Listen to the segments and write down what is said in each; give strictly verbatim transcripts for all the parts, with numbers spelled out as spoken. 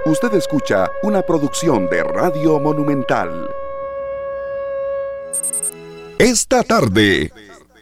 Usted escucha una producción de Radio Monumental. Esta tarde.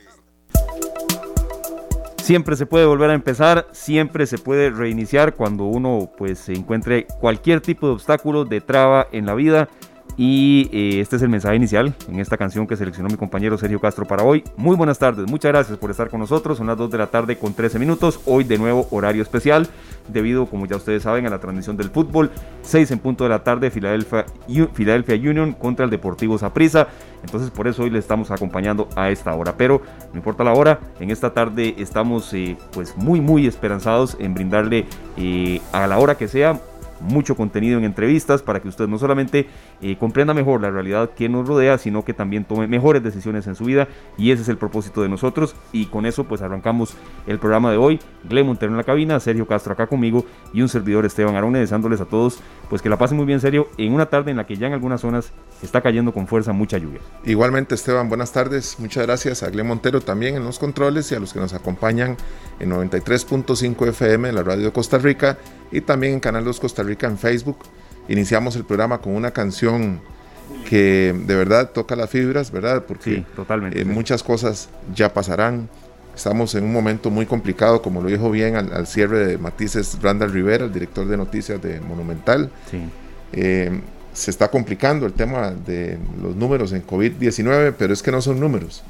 Siempre se puede volver a empezar, siempre se puede reiniciar cuando uno pues se encuentre cualquier tipo de obstáculo, de traba en la vida. Y eh, este es el mensaje inicial en esta canción que seleccionó mi compañero Sergio Castro para hoy. Muy buenas tardes, muchas gracias por estar con nosotros. Son las dos de la tarde con trece minutos. Hoy de nuevo horario especial debido, como ya ustedes saben, a la transmisión del fútbol. seis en punto de la tarde, Philadelphia, Philadelphia Union contra el Deportivo Saprissa. Entonces por eso hoy le estamos acompañando a esta hora. Pero no importa la hora, en esta tarde estamos eh, pues muy muy esperanzados en brindarle eh, a la hora que sea mucho contenido en entrevistas para que usted no solamente eh, comprenda mejor la realidad que nos rodea, sino que también tome mejores decisiones en su vida, y ese es el propósito de nosotros. Y con eso pues arrancamos el programa de hoy. Glen Montero en la cabina, Sergio Castro acá conmigo y un servidor Esteban Arone, deseándoles a todos pues que la pasen muy bien, Sergio, en una tarde en la que ya en algunas zonas está cayendo con fuerza mucha lluvia. Igualmente, Esteban, buenas tardes, muchas gracias a Glen Montero también en los controles y a los que nos acompañan en noventa y tres punto cinco F M, la radio de Costa Rica, y también en Canal dos Costa Rica en Facebook. Iniciamos el programa con una canción que de verdad toca las fibras, ¿verdad? Porque sí, totalmente, eh, sí. Muchas cosas ya pasarán. Estamos en un momento muy complicado, como lo dijo bien al, al cierre de Matices Randall Rivera, el director de noticias de Monumental. Sí. Eh, se está complicando el tema de los números en COVID diecinueve, pero es que no son números.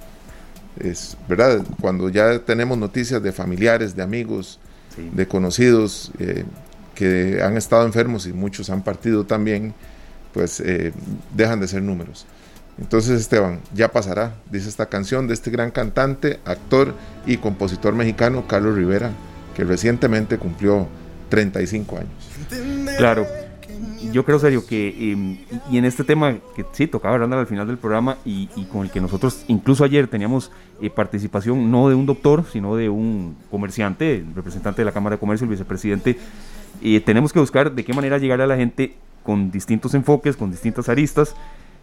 Es verdad, cuando ya tenemos noticias de familiares, de amigos, sí. de conocidos eh, que han estado enfermos y muchos han partido también, pues eh, dejan de ser números. Entonces, Esteban, ya pasará, dice esta canción de este gran cantante, actor y compositor mexicano Carlos Rivera, que recientemente cumplió treinta y cinco años. Claro, yo creo, Sergio, que eh, y en este tema que sí tocaba hablar al final del programa y, y con el que nosotros incluso ayer teníamos eh, participación no de un doctor, sino de un comerciante, representante de la Cámara de Comercio, el vicepresidente. Eh, tenemos que buscar de qué manera llegar a la gente con distintos enfoques, con distintas aristas,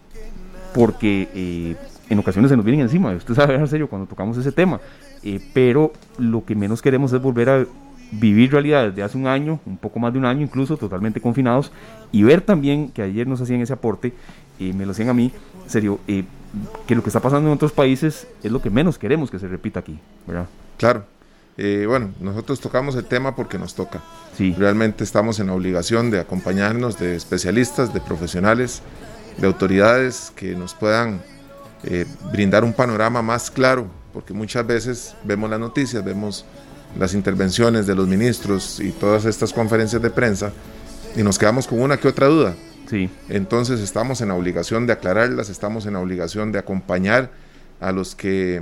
porque eh, en ocasiones se nos vienen encima, usted sabe, en serio, cuando tocamos ese tema, eh, pero lo que menos queremos es volver a vivir realidades de hace un año, un poco más de un año incluso, totalmente confinados, y ver también, que ayer nos hacían ese aporte, eh, me lo hacían a mí, serio, eh, que lo que está pasando en otros países es lo que menos queremos que se repita aquí, ¿verdad? Claro. Eh, bueno, nosotros tocamos el tema porque nos toca. Sí. Realmente estamos en la obligación de acompañarnos de especialistas, de profesionales, de autoridades que nos puedan eh, brindar un panorama más claro, porque muchas veces vemos las noticias, vemos las intervenciones de los ministros y todas estas conferencias de prensa y nos quedamos con una que otra duda. Sí. Entonces estamos en la obligación de aclararlas, estamos en la obligación de acompañar a los que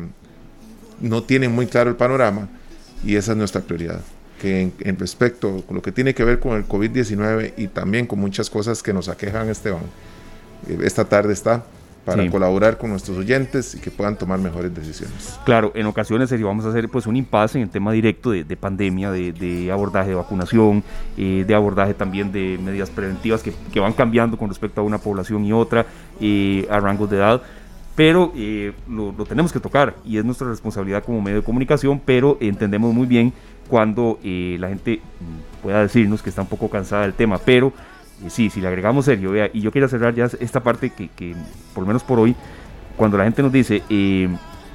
no tienen muy claro el panorama. Y esa es nuestra prioridad, que en, en respecto con lo que tiene que ver con el COVID diecinueve y también con muchas cosas que nos aquejan, Esteban, esta tarde está para sí. colaborar con nuestros oyentes y que puedan tomar mejores decisiones. Claro, en ocasiones Sergio, vamos a hacer pues un impasse en el tema directo de, de pandemia, de, de abordaje de vacunación, eh, de abordaje también de medidas preventivas que, que van cambiando con respecto a una población y otra, eh, a rangos de edad. Pero eh, lo, lo tenemos que tocar y es nuestra responsabilidad como medio de comunicación, pero entendemos muy bien cuando eh, la gente pueda decirnos que está un poco cansada del tema, pero eh, sí, si le agregamos, Sergio, vea, y yo quiero cerrar ya esta parte que, que por lo menos por hoy, cuando la gente nos dice, eh,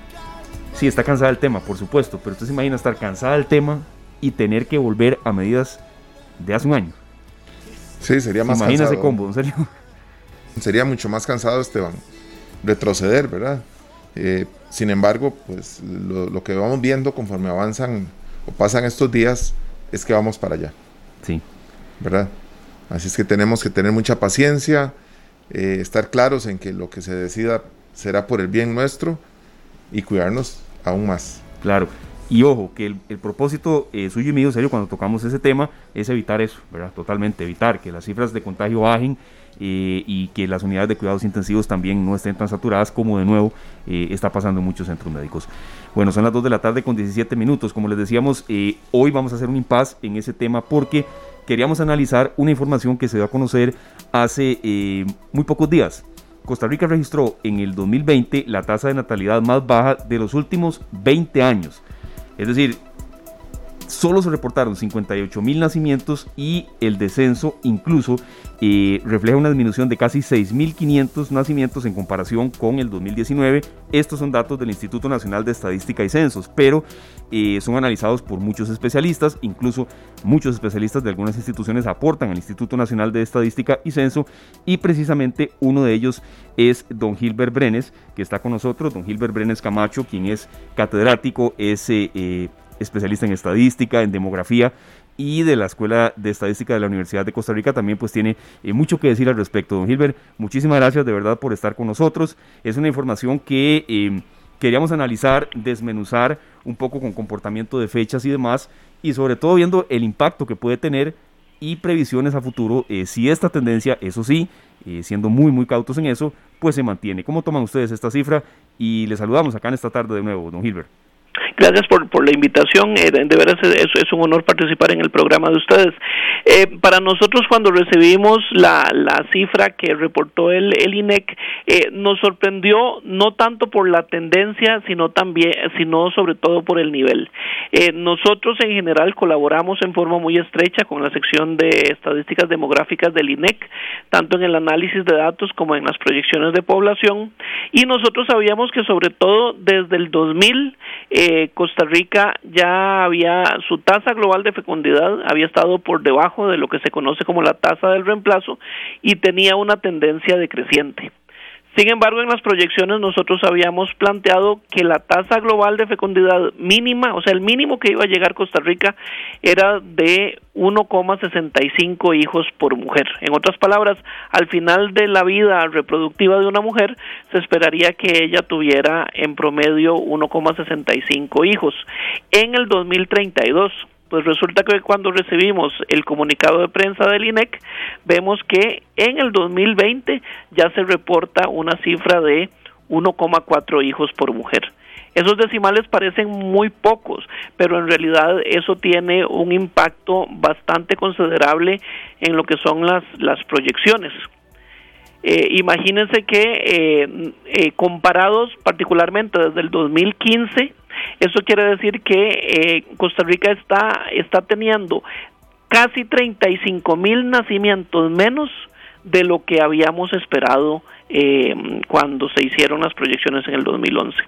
sí, está cansada del tema, por supuesto, pero usted se imagina estar cansada del tema y tener que volver a medidas de hace un año. Sí, sería más Imagina cansado. ese combo, ¿en serio? Sería mucho más cansado, Esteban. Retroceder, ¿verdad? Eh, sin embargo, pues lo, lo que vamos viendo conforme avanzan o pasan estos días es que vamos para allá. Sí. ¿Verdad? Así es que tenemos que tener mucha paciencia, eh, estar claros en que lo que se decida será por el bien nuestro y cuidarnos aún más. Claro. Y ojo, que el, el propósito eh, suyo y mío, serio, cuando tocamos ese tema, es evitar eso, ¿verdad? Totalmente, evitar que las cifras de contagio bajen eh, y que las unidades de cuidados intensivos también no estén tan saturadas como de nuevo eh, está pasando en muchos centros médicos. Bueno, son las dos de la tarde con diecisiete minutos. Como les decíamos, eh, hoy vamos a hacer un impasse en ese tema porque queríamos analizar una información que se dio a conocer hace eh, muy pocos días. Costa Rica registró en el dos mil veinte la tasa de natalidad más baja de los últimos veinte años. Es decir, solo se reportaron cincuenta y ocho mil nacimientos y el descenso incluso eh, refleja una disminución de casi seis mil quinientos nacimientos en comparación con el dos mil diecinueve. Estos son datos del Instituto Nacional de Estadística y Censos, pero eh, son analizados por muchos especialistas, incluso muchos especialistas de algunas instituciones aportan al Instituto Nacional de Estadística y Censo, y precisamente uno de ellos es don Gilbert Brenes, que está con nosotros, don Gilbert Brenes Camacho, quien es catedrático, es eh, eh, especialista en estadística, en demografía, y de la Escuela de Estadística de la Universidad de Costa Rica también pues tiene eh, mucho que decir al respecto. Don Gilbert, muchísimas gracias de verdad por estar con nosotros. Es una información que eh, queríamos analizar, desmenuzar un poco con comportamiento de fechas y demás, y sobre todo viendo el impacto que puede tener y previsiones a futuro, eh, si esta tendencia, eso sí, eh, siendo muy muy cautos en eso, pues se mantiene. ¿Cómo toman ustedes esta cifra? Y les saludamos acá en esta tarde de nuevo, don Gilbert. Gracias por, por la invitación, eh, de veras es, es un honor participar en el programa de ustedes. Eh, para nosotros, cuando recibimos la, la cifra que reportó el, el I N E C, eh, nos sorprendió no tanto por la tendencia, sino también, sino sobre todo por el nivel. Eh, nosotros en general colaboramos en forma muy estrecha con la sección de estadísticas demográficas del I N E C, tanto en el análisis de datos como en las proyecciones de población, y nosotros sabíamos que sobre todo desde el dos mil, eh, Costa Rica ya había, su tasa global de fecundidad había estado por debajo de lo que se conoce como la tasa del reemplazo y tenía una tendencia decreciente. Sin embargo, en las proyecciones nosotros habíamos planteado que la tasa global de fecundidad mínima, o sea, el mínimo que iba a llegar Costa Rica era de uno coma sesenta y cinco hijos por mujer. En otras palabras, al final de la vida reproductiva de una mujer, se esperaría que ella tuviera en promedio uno coma sesenta y cinco hijos. En el dos mil treinta y dos, pues resulta que cuando recibimos el comunicado de prensa del I N E C, vemos que en el dos mil veinte ya se reporta una cifra de uno coma cuatro hijos por mujer. Esos decimales parecen muy pocos, pero en realidad eso tiene un impacto bastante considerable en lo que son las, las proyecciones. Eh, imagínense que eh, eh, comparados particularmente desde el dos mil quince, eso quiere decir que eh, Costa Rica está, está teniendo casi treinta y cinco mil nacimientos menos de lo que habíamos esperado eh, cuando se hicieron las proyecciones en el dos mil once.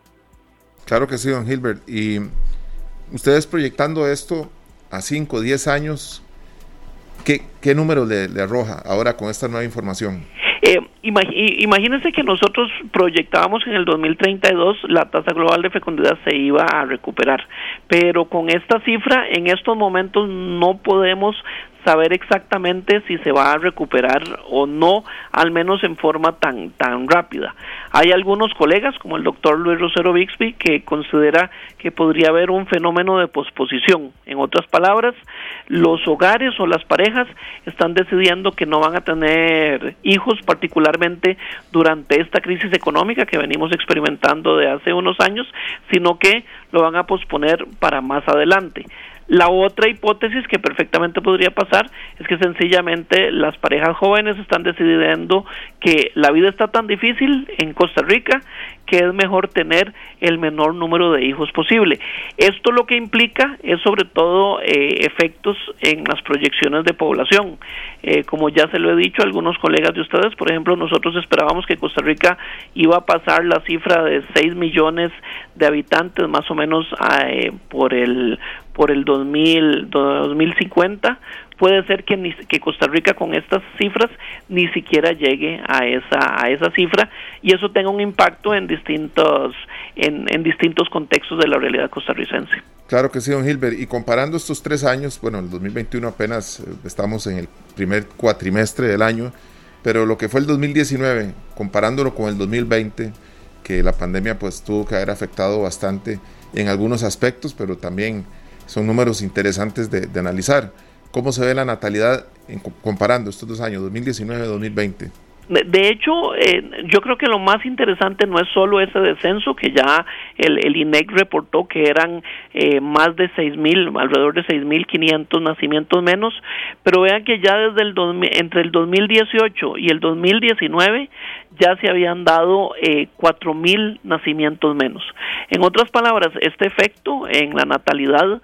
Claro que sí, don Gilbert. Y ustedes proyectando esto a cinco, diez años, ¿qué, qué número le, le arroja ahora con esta nueva información? Eh, imagínense que nosotros proyectábamos que en el dos mil treinta y dos la tasa global de fecundidad se iba a recuperar, pero con esta cifra en estos momentos no podemos saber exactamente si se va a recuperar o no, al menos en forma tan tan rápida. Hay algunos colegas, como el doctor Luis Rosero Bixby, que considera que podría haber un fenómeno de posposición. En otras palabras, los hogares o las parejas están decidiendo que no van a tener hijos, particularmente durante esta crisis económica que venimos experimentando de hace unos años, sino que lo van a posponer para más adelante. La otra hipótesis que perfectamente podría pasar es que sencillamente las parejas jóvenes están decidiendo que la vida está tan difícil en Costa Rica que es mejor tener el menor número de hijos posible. Esto lo que implica es sobre todo eh, efectos en las proyecciones de población. Eh, como ya se lo he dicho a algunos colegas de ustedes, por ejemplo, nosotros esperábamos que Costa Rica iba a pasar la cifra de seis millones de habitantes más o menos eh, por el por el dos mil cincuenta. Puede ser que, ni, que Costa Rica con estas cifras ni siquiera llegue a esa a esa cifra y eso tenga un impacto en distintos en, en distintos contextos de la realidad costarricense. Claro que sí, don Gilbert. Y comparando estos tres años, bueno, el dos mil veintiuno apenas estamos en el primer cuatrimestre del año, pero lo que fue el dos mil diecinueve, comparándolo con el dos mil veinte, que la pandemia pues tuvo que haber afectado bastante en algunos aspectos, pero también son números interesantes de, de analizar. ¿Cómo se ve la natalidad en, comparando estos dos años, dos mil diecinueve y dos mil veinte? De hecho, eh, yo creo que lo más interesante no es solo ese descenso, que ya el, el I N E C reportó que eran eh, más de seis mil, alrededor de seis mil quinientos nacimientos menos, pero vean que ya desde el dos mil, entre el dos mil dieciocho y el dos mil diecinueve ya se habían dado eh, cuatro mil nacimientos menos. En otras palabras, este efecto en la natalidad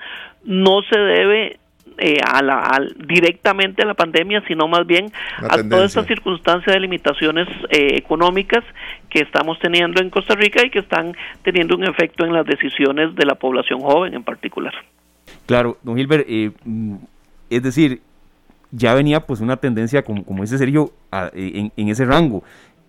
no se debe eh, a la, a, directamente a la pandemia, sino más bien a toda esta circunstancia de limitaciones eh, económicas que estamos teniendo en Costa Rica y que están teniendo un efecto en las decisiones de la población joven en particular. Claro, don Gilbert, eh, es decir, ya venía pues una tendencia, como, como dice Sergio, a, en, en ese rango,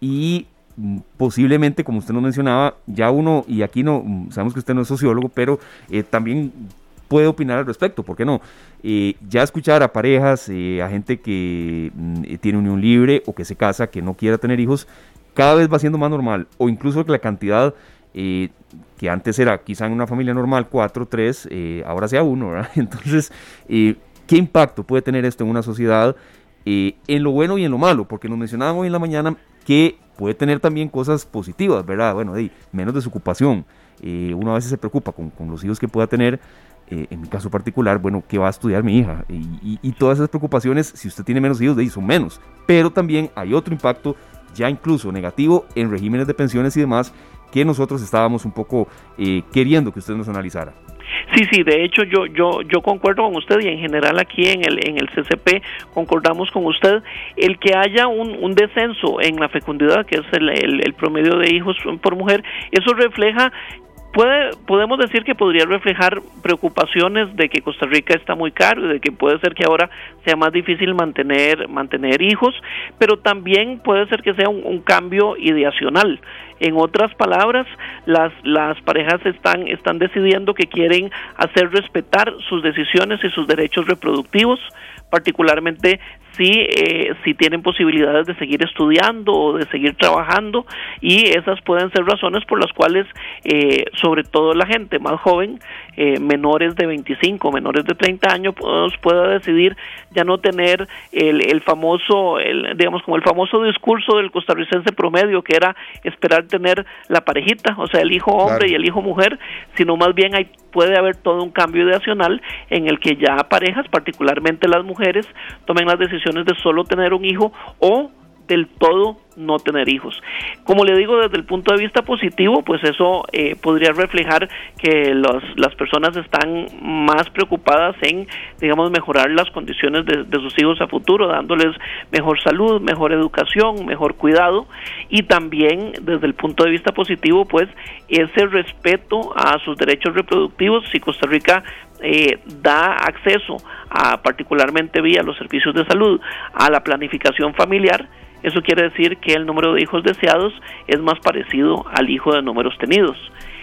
y posiblemente, como usted nos mencionaba, ya uno, y aquí no, sabemos que usted no es sociólogo, pero eh, también puede opinar al respecto, ¿por qué no? Eh, ya escuchar a parejas, eh, a gente que mm, tiene unión libre o que se casa, que no quiera tener hijos, cada vez va siendo más normal, o incluso que la cantidad eh, que antes era quizá en una familia normal, cuatro, tres, eh, ahora sea uno, ¿verdad? Entonces, eh, ¿qué impacto puede tener esto en una sociedad, eh, en lo bueno y en lo malo? Porque nos mencionaban hoy en la mañana que puede tener también cosas positivas, ¿verdad? Bueno, hey, menos desocupación, eh, uno a veces se preocupa con, con los hijos que pueda tener, eh, en mi caso particular, bueno, ¿qué va a estudiar mi hija? Y, y, y todas esas preocupaciones, si usted tiene menos hijos, de ahí son menos, pero también hay otro impacto, ya incluso negativo, en regímenes de pensiones y demás, que nosotros estábamos un poco eh, queriendo que usted nos analizara. Sí, sí, de hecho yo yo yo concuerdo con usted y en general aquí en el en el C C P concordamos con usted. El que haya un, un descenso en la fecundidad, que es el, el, el promedio de hijos por mujer, eso refleja, puede podemos decir que podría reflejar preocupaciones de que Costa Rica está muy caro y de que puede ser que ahora sea más difícil mantener mantener hijos, pero también puede ser que sea un, un cambio ideacional. En otras palabras, las las parejas están están decidiendo que quieren hacer respetar sus decisiones y sus derechos reproductivos, particularmente si eh, si tienen posibilidades de seguir estudiando o de seguir trabajando, y esas pueden ser razones por las cuales eh, sobre todo la gente más joven, eh, menores de veinticinco, menores de treinta años, pues, pueda decidir ya no tener el, el famoso, el, digamos como el famoso discurso del costarricense promedio, que era esperar tener la parejita, o sea, el hijo hombre, claro, y el hijo mujer, sino más bien hay puede haber todo un cambio ideacional en el que ya parejas, particularmente las mujeres, tomen las decisiones de solo tener un hijo o del todo no tener hijos. Como le digo, desde el punto de vista positivo, pues eso eh, podría reflejar que los, las personas están más preocupadas en, digamos, mejorar las condiciones de, de sus hijos a futuro, dándoles mejor salud, mejor educación, mejor cuidado, y también desde el punto de vista positivo, pues ese respeto a sus derechos reproductivos. Si Costa Rica eh, da acceso a, particularmente vía los servicios de salud, a la planificación familiar, eso quiere decir que el número de hijos deseados es más parecido al hijo de números tenidos,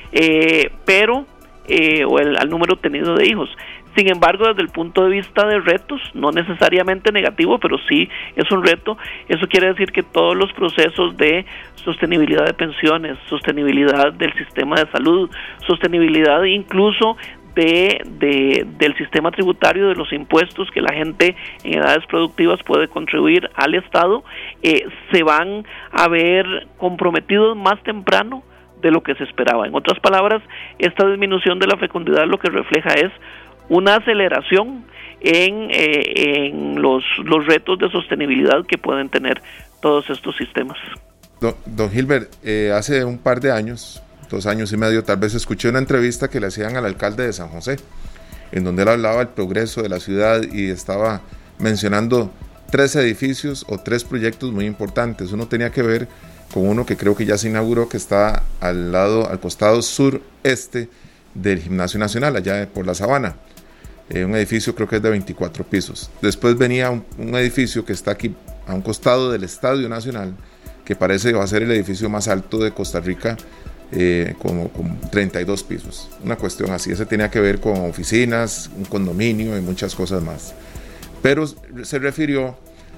eh, pero eh, o el, al número tenido de hijos. Sin embargo, desde el punto de vista de retos, no necesariamente negativo, pero sí es un reto. Eso quiere decir que todos los procesos de sostenibilidad de pensiones, sostenibilidad del sistema de salud, sostenibilidad incluso De, de, del sistema tributario, de los impuestos que la gente en edades productivas puede contribuir al Estado, eh, se van a ver comprometidos más temprano de lo que se esperaba. En otras palabras, esta disminución de la fecundidad lo que refleja es una aceleración en, eh, en los, los retos de sostenibilidad que pueden tener todos estos sistemas. Don, don Gilbert, eh, hace un par de años, dos años y medio, tal vez escuché una entrevista que le hacían al alcalde de San José, en donde él hablaba del progreso de la ciudad y estaba mencionando tres edificios o tres proyectos muy importantes. Uno tenía que ver con uno que creo que ya se inauguró, que está al lado, al costado sureste del Gimnasio Nacional, allá por la Sabana, eh, un edificio creo que es de veinticuatro pisos. Después venía un, un edificio que está aquí a un costado del Estadio Nacional, que parece que va a ser el edificio más alto de Costa Rica, Eh, como, como treinta y dos pisos, una cuestión así. Ese tenía que ver con oficinas, un condominio y muchas cosas más, pero se refirió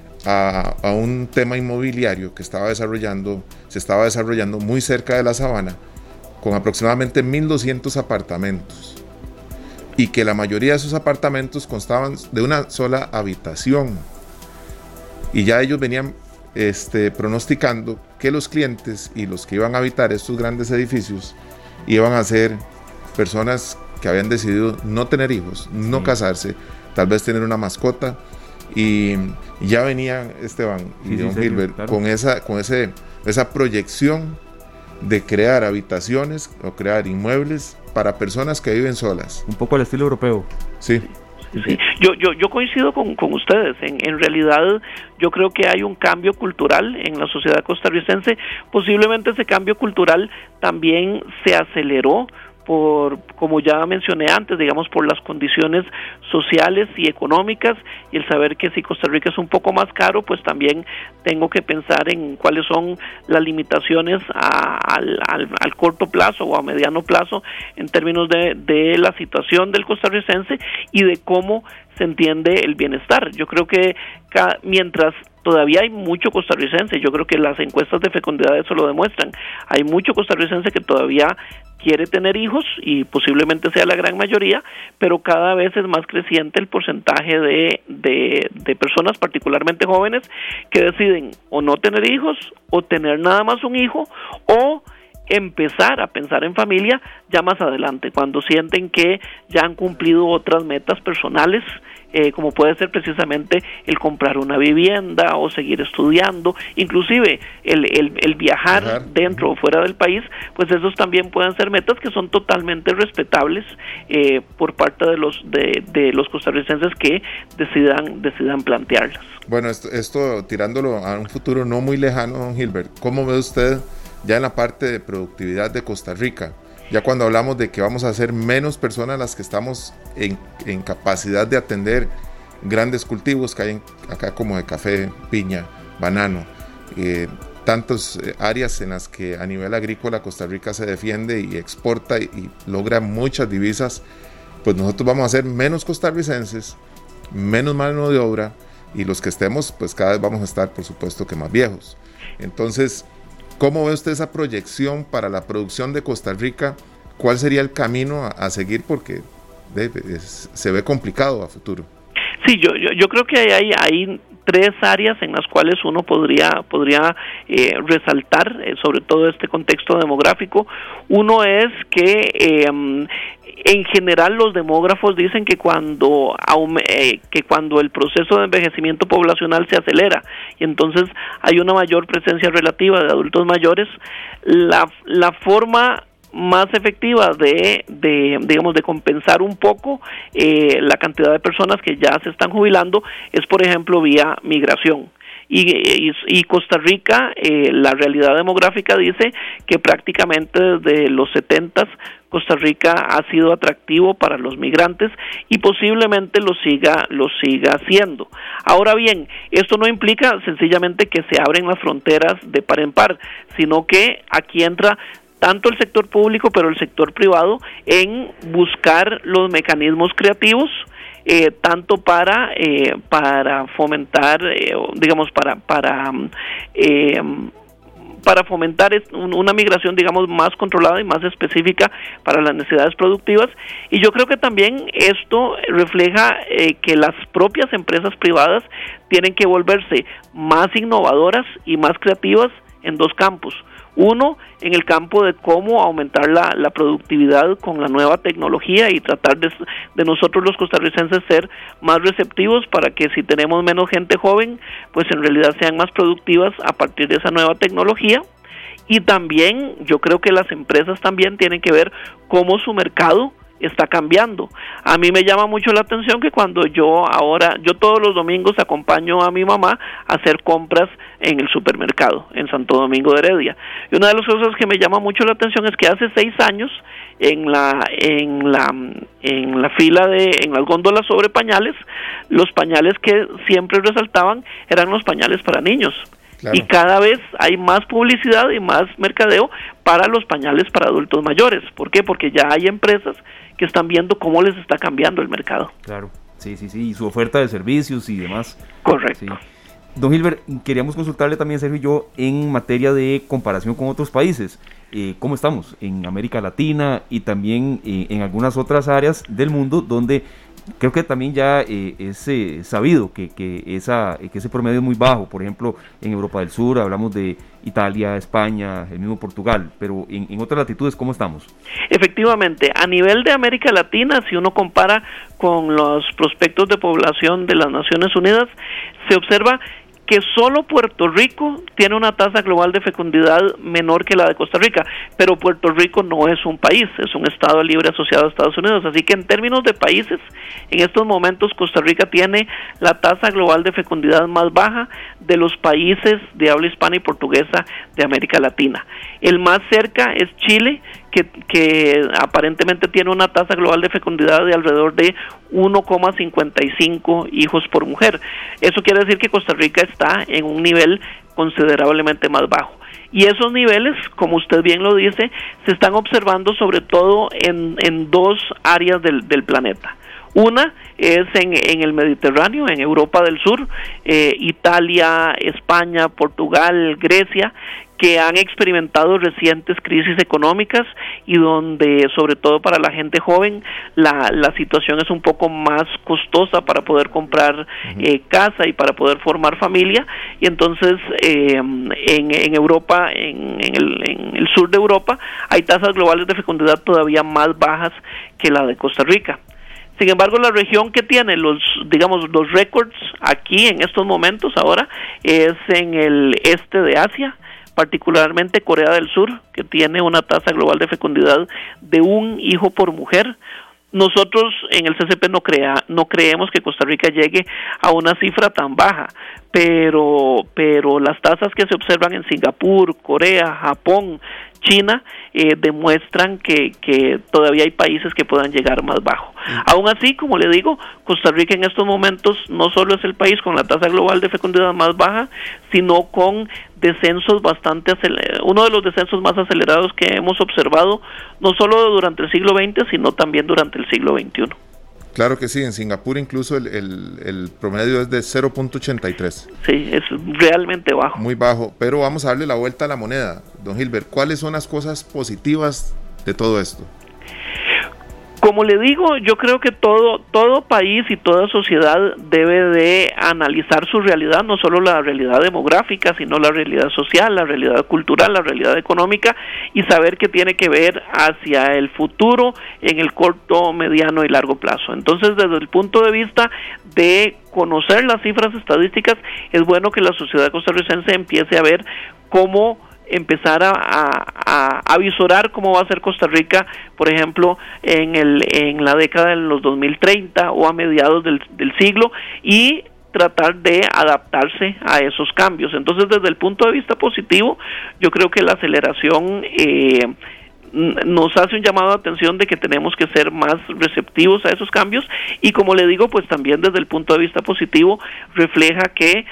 a, a un tema inmobiliario que estaba desarrollando, se estaba desarrollando muy cerca de la Sabana, con aproximadamente mil doscientos apartamentos, y que la mayoría de esos apartamentos constaban de una sola habitación, y ya ellos venían Este, pronosticando que los clientes y los que iban a habitar estos grandes edificios iban a ser personas que habían decidido no tener hijos, no sí. casarse, tal vez tener una mascota, y ya venían Esteban y sí, Don sí, Gilbert claro. con esa con ese esa proyección de crear habitaciones o crear inmuebles para personas que viven solas. Un poco al estilo europeo. Sí. Sí, yo, yo, yo coincido con, con ustedes. En, en realidad, yo creo que hay un cambio cultural en la sociedad costarricense. Posiblemente ese cambio cultural también se aceleró por, como ya mencioné antes, digamos, por las condiciones sociales y económicas, y el saber que si Costa Rica es un poco más caro, pues también tengo que pensar en cuáles son las limitaciones a, al, al, al corto plazo o a mediano plazo en términos de, de la situación del costarricense y de cómo se entiende el bienestar. Yo creo que cada, mientras todavía hay mucho costarricense, yo creo que las encuestas de fecundidad eso lo demuestran, hay mucho costarricense que todavía quiere tener hijos y posiblemente sea la gran mayoría, pero cada vez es más creciente el porcentaje de, de, de personas, particularmente jóvenes, que deciden o no tener hijos o tener nada más un hijo o empezar a pensar en familia ya más adelante, cuando sienten que ya han cumplido otras metas personales, eh, como puede ser precisamente el comprar una vivienda o seguir estudiando, inclusive el, el, el viajar Ajá. dentro o fuera del país, pues esos también pueden ser metas que son totalmente respetables eh, por parte de los de, de los costarricenses que decidan decidan plantearlas. Bueno, esto, esto tirándolo a un futuro no muy lejano, don Gilbert, ¿cómo ve usted ya en la parte de productividad de Costa Rica? Ya cuando hablamos de que vamos a ser menos personas las que estamos en, en capacidad de atender grandes cultivos que hay en, acá como de café, piña, banano, eh, tantas eh, áreas en las que a nivel agrícola Costa Rica se defiende y exporta y, y logra muchas divisas, pues nosotros vamos a ser menos costarricenses, menos mano de obra, y los que estemos, pues cada vez vamos a estar, por supuesto, que más viejos. Entonces, ¿cómo ve usted esa proyección para la producción de Costa Rica? ¿Cuál sería el camino a, a seguir? Porque de, es, se ve complicado a futuro. Sí, yo, yo, yo creo que hay, hay tres áreas en las cuales uno podría, podría eh, resaltar eh, sobre todo este contexto demográfico. Uno es que eh, en general los demógrafos dicen que cuando eh, que cuando el proceso de envejecimiento poblacional se acelera y entonces hay una mayor presencia relativa de adultos mayores, la, la forma más efectiva de, de digamos de compensar un poco eh, la cantidad de personas que ya se están jubilando es, por ejemplo, vía migración. Y, y, y Costa Rica, eh, la realidad demográfica dice que prácticamente desde los setentas Costa Rica ha sido atractivo para los migrantes y posiblemente lo siga, lo siga haciendo. Ahora bien, esto no implica sencillamente que se abren las fronteras de par en par, sino que aquí entra tanto el sector público, pero el sector privado, en buscar los mecanismos creativos, eh, tanto para eh, para fomentar, eh, digamos, para para eh, para fomentar una migración, digamos, más controlada y más específica para las necesidades productivas. Y yo creo que también esto refleja eh, que las propias empresas privadas tienen que volverse más innovadoras y más creativas en dos campos. Uno, en el campo de cómo aumentar la, la productividad con la nueva tecnología y tratar de, de nosotros los costarricenses ser más receptivos para que si tenemos menos gente joven, pues en realidad sean más productivas a partir de esa nueva tecnología. Y también yo creo que las empresas también tienen que ver cómo su mercado está cambiando. A mí me llama mucho la atención que cuando yo ahora, yo todos los domingos acompaño a mi mamá a hacer compras en el supermercado en Santo Domingo de Heredia. Y una de las cosas que me llama mucho la atención es que hace seis años en la en la en la fila de en las góndolas sobre pañales, los pañales que siempre resaltaban eran los pañales para niños. Claro. Y cada vez hay más publicidad y más mercadeo para los pañales para adultos mayores. ¿Por qué? Porque ya hay empresas que están viendo cómo les está cambiando el mercado. Claro, sí, sí, sí, y su oferta de servicios y demás. Correcto. Sí. Don Gilbert, queríamos consultarle también, Sergio y yo, en materia de comparación con otros países. Eh, ¿Cómo estamos en América Latina y también eh, en algunas otras áreas del mundo donde creo que también ya eh, es eh, sabido que, que, esa, que ese promedio es muy bajo? Por ejemplo, en Europa del Sur hablamos de Italia, España, el mismo Portugal, pero en, en otras latitudes, ¿cómo estamos? Efectivamente, a nivel de América Latina, si uno compara con los prospectos de población de las Naciones Unidas, se observa que solo Puerto Rico tiene una tasa global de fecundidad menor que la de Costa Rica, pero Puerto Rico no es un país, es un estado libre asociado a Estados Unidos, así que en términos de países, en estos momentos Costa Rica tiene la tasa global de fecundidad más baja de los países de habla hispana y portuguesa de América Latina. El más cerca es Chile, que, que aparentemente tiene una tasa global de fecundidad de alrededor de uno coma cincuenta y cinco hijos por mujer. Eso quiere decir que Costa Rica está en un nivel considerablemente más bajo. Y esos niveles, como usted bien lo dice, se están observando sobre todo en, en dos áreas del, del planeta. Una es en, en el Mediterráneo, en Europa del Sur, eh, Italia, España, Portugal, Grecia, que han experimentado recientes crisis económicas y donde, sobre todo para la gente joven, la, la situación es un poco más costosa para poder comprar uh-huh. eh, casa y para poder formar familia. Y entonces eh, en, en Europa, en, en, el, en el sur de Europa, hay tasas globales de fecundidad todavía más bajas que la de Costa Rica. Sin embargo, la región que tiene los, digamos, los récords aquí en estos momentos ahora es en el este de Asia, particularmente Corea del Sur, que tiene una tasa global de fecundidad de un hijo por mujer. Nosotros en el C C P no crea, no creemos que Costa Rica llegue a una cifra tan baja, pero, pero las tasas que se observan en Singapur, Corea, Japón, China, eh, demuestran que, que todavía hay países que puedan llegar más bajo. Mm. Aún así, como le digo, Costa Rica en estos momentos no solo es el país con la tasa global de fecundidad más baja, sino con descensos bastante acelerados, uno de los descensos más acelerados que hemos observado, no solo durante el siglo veinte, sino también durante el siglo veintiuno. Claro que sí, en Singapur incluso el, el, el promedio es de cero punto ochenta y tres. Sí, es realmente bajo. Muy bajo, pero vamos a darle la vuelta a la moneda. Don Gilbert, ¿cuáles son las cosas positivas de todo esto? Como le digo, yo creo que todo todo país y toda sociedad debe de analizar su realidad, no solo la realidad demográfica, sino la realidad social, la realidad cultural, la realidad económica, y saber que tiene que ver hacia el futuro en el corto, mediano y largo plazo. Entonces, desde el punto de vista de conocer las cifras estadísticas, es bueno que la sociedad costarricense empiece a ver cómo empezar a, a, a visorar cómo va a ser Costa Rica, por ejemplo, en el en la década de los dos mil treinta o a mediados del, del siglo, y tratar de adaptarse a esos cambios. Entonces, desde el punto de vista positivo, yo creo que la aceleración eh, nos hace un llamado de atención de que tenemos que ser más receptivos a esos cambios, y como le digo, pues también desde el punto de vista positivo refleja que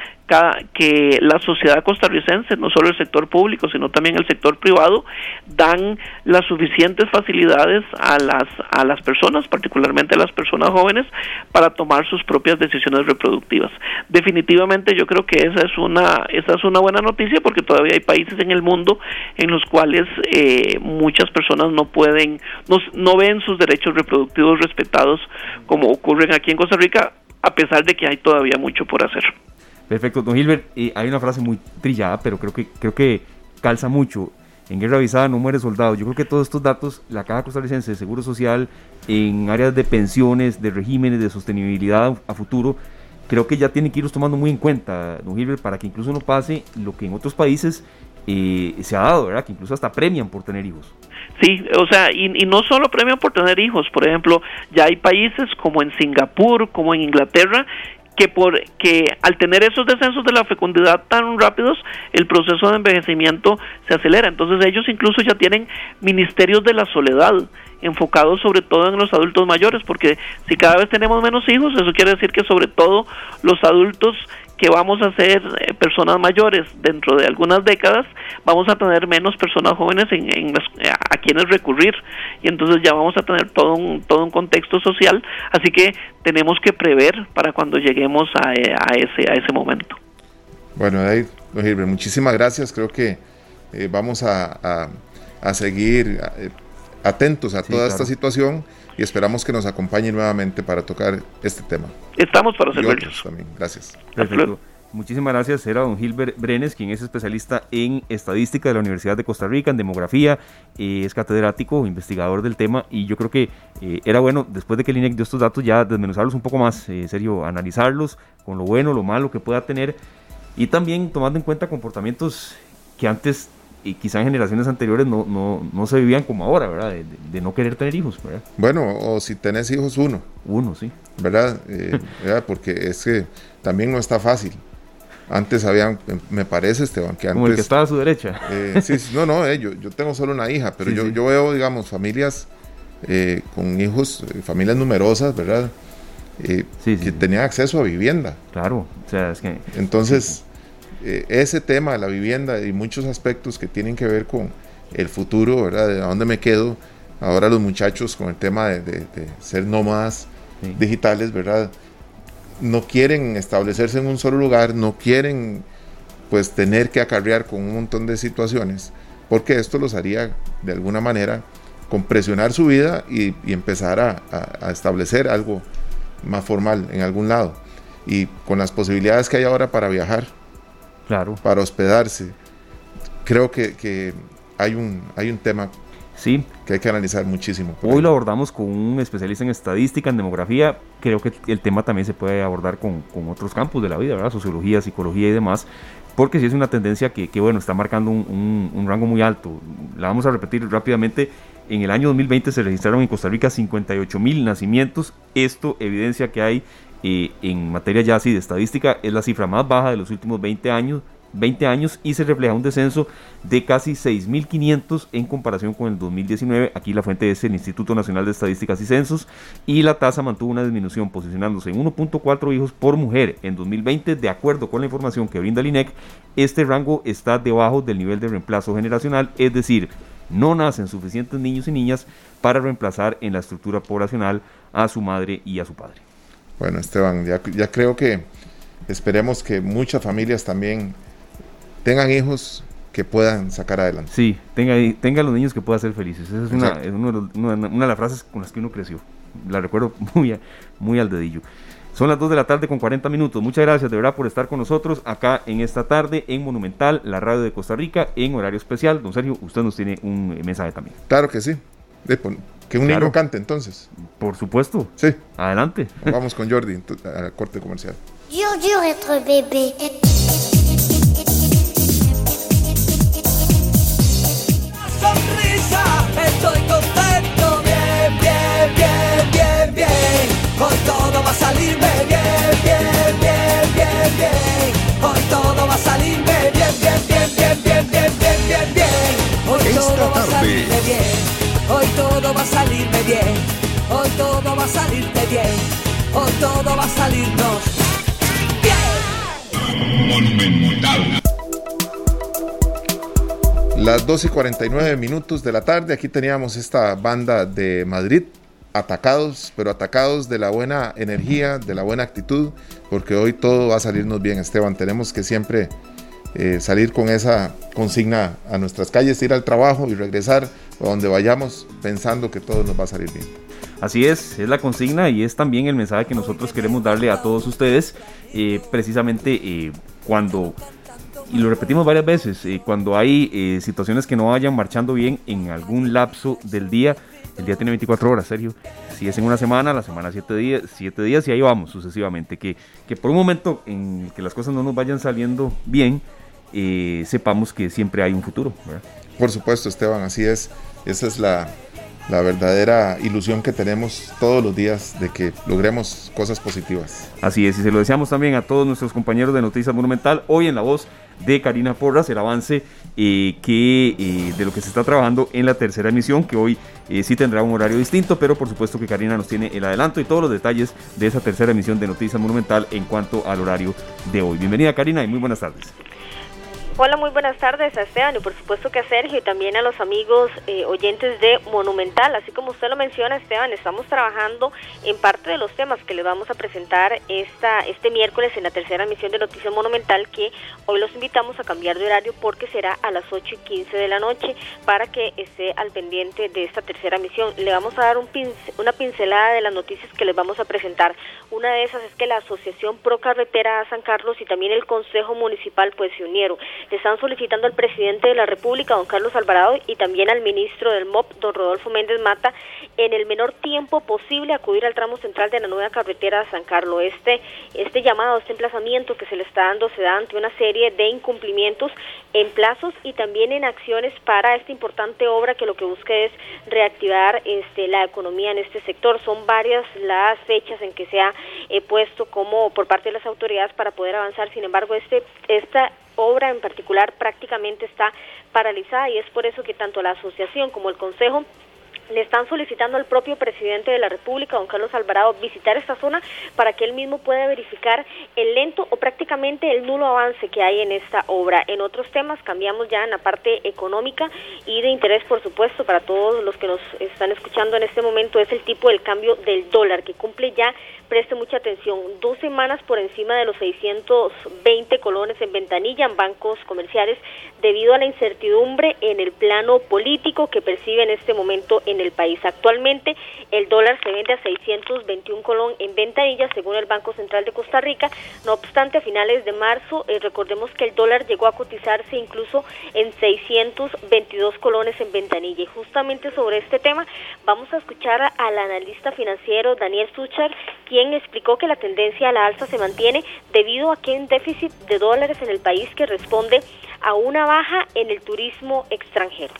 que la sociedad costarricense, no solo el sector público, sino también el sector privado, dan las suficientes facilidades a las a las personas, particularmente a las personas jóvenes, para tomar sus propias decisiones reproductivas. Definitivamente yo creo que esa es una esa es una buena noticia, porque todavía hay países en el mundo en los cuales eh, muchas personas no pueden, no, no ven sus derechos reproductivos respetados como ocurren aquí en Costa Rica, a pesar de que hay todavía mucho por hacer. Perfecto, don Gilbert, eh, hay una frase muy trillada, pero creo que creo que calza mucho. En guerra avisada no muere soldado. Yo creo que todos estos datos, la Caja Costarricense de Seguro Social, en áreas de pensiones, de regímenes, de sostenibilidad a futuro, creo que ya tienen que irlos tomando muy en cuenta, don Gilbert, para que incluso no pase lo que en otros países eh, se ha dado, ¿verdad? Que incluso hasta premian por tener hijos. Sí, o sea, y, y no solo premian por tener hijos. Por ejemplo, ya hay países como en Singapur, como en Inglaterra, que por que al tener esos descensos de la fecundidad tan rápidos, el proceso de envejecimiento se acelera. Entonces ellos incluso ya tienen ministerios de la soledad enfocados sobre todo en los adultos mayores, porque si cada vez tenemos menos hijos, eso quiere decir que sobre todo los adultos que vamos a ser eh, personas mayores dentro de algunas décadas, vamos a tener menos personas jóvenes en, en las, a, a quienes recurrir, y entonces ya vamos a tener todo un todo un contexto social, así que tenemos que prever para cuando lleguemos a, a ese a ese momento. Bueno, David, don Gilbert, muchísimas gracias. Creo que eh, vamos a, a, a seguir eh, atentos a sí, toda claro. esta situación, y esperamos que nos acompañe nuevamente para tocar este tema. Estamos para servirles. También. Gracias. Perfecto. Muchísimas gracias. Era don Gilbert Brenes, quien es especialista en estadística de la Universidad de Costa Rica, en demografía, eh, es catedrático, investigador del tema, y yo creo que eh, era bueno, después de que el I N E C dio estos datos, ya desmenuzarlos un poco más, eh, serio, analizarlos con lo bueno, lo malo que pueda tener, y también tomando en cuenta comportamientos que antes y quizá en generaciones anteriores no, no, no se vivían como ahora, ¿verdad? De, de, de no querer tener hijos, ¿verdad? Bueno, o si tenés hijos, uno. Uno, sí. ¿Verdad? Eh, ¿verdad? Porque es que también no está fácil. Antes habían, me parece, Esteban, que antes... Como el que estaba a su derecha. Eh, sí, no, no, eh, yo, yo tengo solo una hija, pero sí, yo, sí. yo veo, digamos, familias eh, con hijos, eh, familias numerosas, ¿verdad? Eh, sí, sí, que sí. tenían acceso a vivienda. Claro, o sea, es que... Entonces... Sí. Eh, ese tema de la vivienda y muchos aspectos que tienen que ver con el futuro, ¿verdad? De a dónde me quedo. Ahora los muchachos con el tema de, de, de ser nómadas sí. digitales, ¿verdad? No quieren establecerse en un solo lugar, no quieren pues tener que acarrear con un montón de situaciones, porque esto los haría de alguna manera compresionar su vida y, y empezar a, a, a establecer algo más formal en algún lado. Y con las posibilidades que hay ahora para viajar, claro. para hospedarse, creo que, que hay, un, hay un tema sí. que hay que analizar muchísimo. Hoy ahí. Lo abordamos con un especialista en estadística, en demografía. Creo que el tema también se puede abordar con, con otros campos de la vida, ¿verdad? Sociología, psicología y demás, porque sí es una tendencia que, que bueno, está marcando un, un, un rango muy alto. La vamos a repetir rápidamente. En el año dos mil veinte se registraron en Costa Rica cincuenta y ocho mil nacimientos. Esto evidencia que hay Eh, en materia ya así de estadística, es la cifra más baja de los últimos veinte años, veinte años y se refleja un descenso de casi seis mil quinientos en comparación con el dos mil diecinueve. Aquí la fuente es el Instituto Nacional de Estadísticas y Censos, y la tasa mantuvo una disminución posicionándose en uno punto cuatro hijos por mujer en dos mil veinte. De acuerdo con la información que brinda el I N E C, este rango está debajo del nivel de reemplazo generacional, es decir, no nacen suficientes niños y niñas para reemplazar en la estructura poblacional a su madre y a su padre. Bueno, Esteban, ya, ya creo que esperemos que muchas familias también tengan hijos que puedan sacar adelante. Sí, tenga, tenga los niños que puedan ser felices. Esa es, una, es uno de los, una, una de las frases con las que uno creció. La recuerdo muy, muy al dedillo. Son las dos de la tarde con cuarenta minutos. Muchas gracias de verdad por estar con nosotros acá en esta tarde en Monumental, la radio de Costa Rica, en horario especial. Don Sergio, usted nos tiene un mensaje también. Claro que sí. De, que un claro. niño cante entonces. Por supuesto. Sí. Adelante. Vamos con Jordi al corte comercial. Dur, dur être bébé. Sonrisa, estoy contento. Bien, bien, bien, bien, bien. Hoy todo va a salirme bien, bien, bien, bien, bien. Hoy todo va a salirme bien, bien, bien, bien, bien, bien, bien, bien, bien. Hoy todo va a salirme bien. Hoy todo va a salirme bien, hoy todo va a salirte bien, hoy todo va a salirnos bien. Monumental. Las dos y cuarenta y nueve minutos de la tarde, aquí teníamos esta banda de Madrid, atacados, pero atacados de la buena energía, de la buena actitud, porque hoy todo va a salirnos bien, Esteban. Tenemos que siempre eh, salir con esa consigna a nuestras calles, ir al trabajo y regresar a donde vayamos pensando que todo nos va a salir bien. Así es, es la consigna y es también el mensaje que nosotros queremos darle a todos ustedes, eh, precisamente eh, cuando, y lo repetimos varias veces, eh, cuando hay eh, situaciones que no vayan marchando bien en algún lapso del día. El día tiene veinticuatro horas, Sergio. Si es en una semana, la semana siete días, siete días y ahí vamos sucesivamente. Que, que por un momento en que las cosas no nos vayan saliendo bien, eh, sepamos que siempre hay un futuro, ¿verdad? Por supuesto, Esteban, así es. Esa es la, la verdadera ilusión que tenemos todos los días de que logremos cosas positivas. Así es, y se lo deseamos también a todos nuestros compañeros de Noticias Monumental. Hoy en la voz de Karina Porras, el avance eh, que, eh, de lo que se está trabajando en la tercera emisión, que hoy eh, sí tendrá un horario distinto, pero por supuesto que Karina nos tiene el adelanto y todos los detalles de esa tercera emisión de Noticias Monumental en cuanto al horario de hoy. Bienvenida, Karina, y muy buenas tardes. Hola, muy buenas tardes a Esteban y por supuesto que a Sergio y también a los amigos eh, oyentes de Monumental. Así como usted lo menciona, Esteban, estamos trabajando en parte de los temas que les vamos a presentar esta este miércoles en la tercera emisión de Noticias Monumental, que hoy los invitamos a cambiar de horario porque será a las ocho y quince de la noche para que esté al pendiente de esta tercera emisión. Le vamos a dar un pinc- una pincelada de las noticias que les vamos a presentar. Una de esas es que la Asociación Pro Carretera San Carlos y también el Consejo Municipal pues se unieron. le están solicitando al presidente de la República, don Carlos Alvarado, y también al ministro del M O P, don Rodolfo Méndez Mata, en el menor tiempo posible acudir al tramo central de la nueva carretera de San Carlos. Este, este llamado, este emplazamiento que se le está dando se da ante una serie de incumplimientos en plazos y también en acciones para esta importante obra que lo que busca es reactivar este, la economía en este sector. Son varias las fechas en que se ha eh, puesto como por parte de las autoridades para poder avanzar. Sin embargo, este esta obra en particular prácticamente está paralizada y es por eso que tanto la asociación como el Consejo le están solicitando al propio presidente de la República, don Carlos Alvarado, visitar esta zona para que él mismo pueda verificar el lento o prácticamente el nulo avance que hay en esta obra. En otros temas cambiamos ya en la parte económica y de interés, por supuesto, para todos los que nos están escuchando en este momento, es el tipo del cambio del dólar, que cumple ya, preste mucha atención, dos semanas por encima de los seiscientos veinte colones en ventanilla en bancos comerciales debido a la incertidumbre en el plano político que percibe en este momento en el país. Actualmente el dólar se vende a seiscientos veintiún colón en ventanilla según el Banco Central de Costa Rica. No obstante, a finales de marzo, eh, recordemos que el dólar llegó a cotizarse incluso en seiscientos veintidós colones en ventanilla. Y justamente sobre este tema vamos a escuchar al analista financiero Daniel Suchar, quien explicó que la tendencia a la alza se mantiene debido a que hay un déficit de dólares en el país que responde a una baja en el turismo extranjero.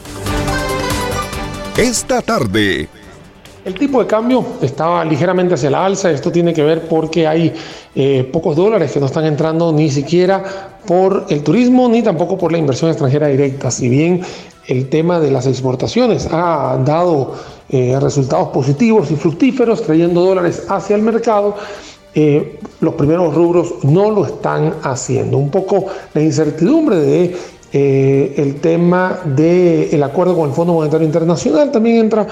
Esta tarde. El tipo de cambio estaba ligeramente hacia la alza. Esto tiene que ver porque hay eh, pocos dólares que no están entrando ni siquiera por el turismo ni tampoco por la inversión extranjera directa. Si bien el tema de las exportaciones ha dado eh, resultados positivos y fructíferos trayendo dólares hacia el mercado, eh, los primeros rubros no lo están haciendo. Un poco la incertidumbre de eh, el tema del acuerdo con el Fondo Monetario Internacional también entra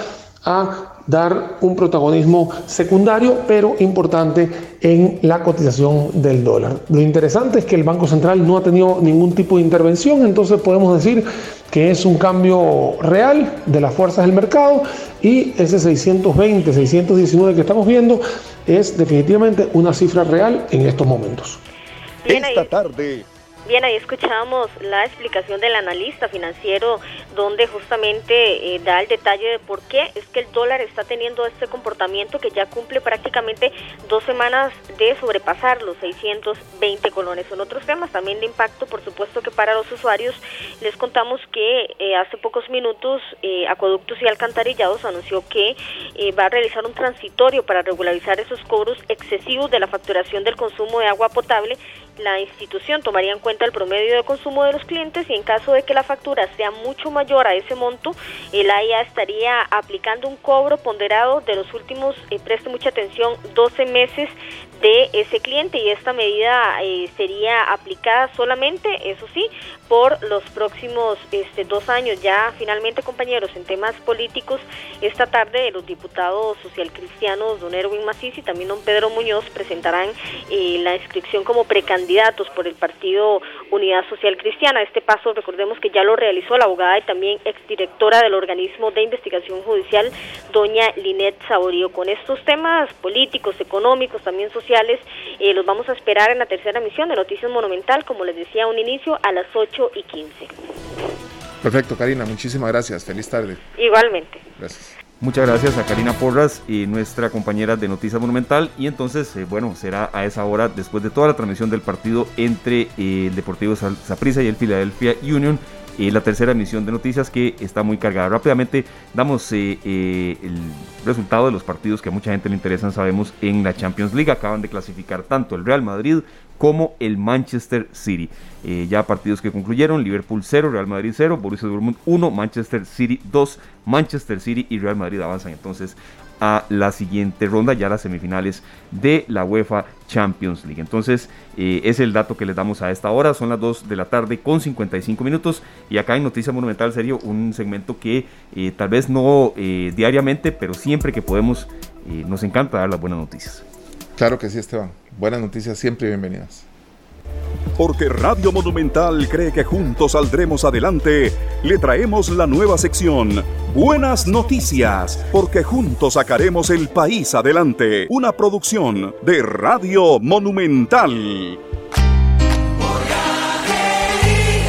a dar un protagonismo secundario pero importante en la cotización del dólar. Lo interesante es que el Banco Central no ha tenido ningún tipo de intervención, entonces podemos decir que es un cambio real de las fuerzas del mercado y ese seiscientos veinte, seiscientos diecinueve que estamos viendo es definitivamente una cifra real en estos momentos. Bien, Esta tarde. Bien, ahí escuchábamos la explicación del analista financiero donde justamente eh, da el detalle de por qué es que el dólar está teniendo este comportamiento que ya cumple prácticamente dos semanas de sobrepasar los seiscientos veinte colones. En otros temas también de impacto, por supuesto que para los usuarios, les contamos que eh, hace pocos minutos eh, Acueductos y Alcantarillados anunció que eh, va a realizar un transitorio para regularizar esos cobros excesivos de la facturación del consumo de agua potable. La institución tomaría en cuenta el promedio de consumo de los clientes y en caso de que la factura sea mucho mayor a ese monto, el A I A estaría aplicando un cobro ponderado de los últimos, eh, preste mucha atención, doce meses de ese cliente y esta medida eh, sería aplicada solamente, eso sí, por los próximos este, dos años. Ya finalmente, compañeros, en temas políticos, esta tarde los diputados socialcristianos don Erwin Macís y también don Pedro Muñoz presentarán eh, la inscripción como precandidatos por el partido Unidad Social Cristiana. Este paso, recordemos que ya lo realizó la abogada y también exdirectora del organismo de investigación judicial, doña Linet Saborío. Con estos temas políticos, económicos, también sociales, eh, los vamos a esperar en la tercera emisión de Noticias Monumental, como les decía a un inicio, a las ocho y quince. Perfecto, Karina, muchísimas gracias. Feliz tarde. Igualmente. Gracias. Muchas gracias a Karina Porras, y nuestra compañera de Noticias Monumental. Y entonces, eh, bueno, será a esa hora, después de toda la transmisión del partido entre eh, el Deportivo Saprissa y el Philadelphia Union, eh, la tercera emisión de noticias que está muy cargada. Rápidamente damos eh, eh, el resultado de los partidos que a mucha gente le interesan, sabemos, en la Champions League. Acaban de clasificar tanto el Real Madrid como el Manchester City. Eh, ya partidos que concluyeron: Liverpool cero, Real Madrid cero, Borussia Dortmund uno, Manchester City dos. Manchester City y Real Madrid avanzan entonces a la siguiente ronda, ya las semifinales de la UEFA Champions League. Entonces, eh, es el dato que les damos a esta hora. Son las dos de la tarde con cincuenta y cinco minutos. Y acá en Noticias Monumental sería un segmento que eh, tal vez no eh, diariamente, pero siempre que podemos, eh, nos encanta dar las buenas noticias. Claro que sí, Esteban. Buenas noticias siempre y bienvenidas. Porque Radio Monumental cree que juntos saldremos adelante, le traemos la nueva sección Buenas Noticias, porque juntos sacaremos el país adelante. Una producción de Radio Monumental. Por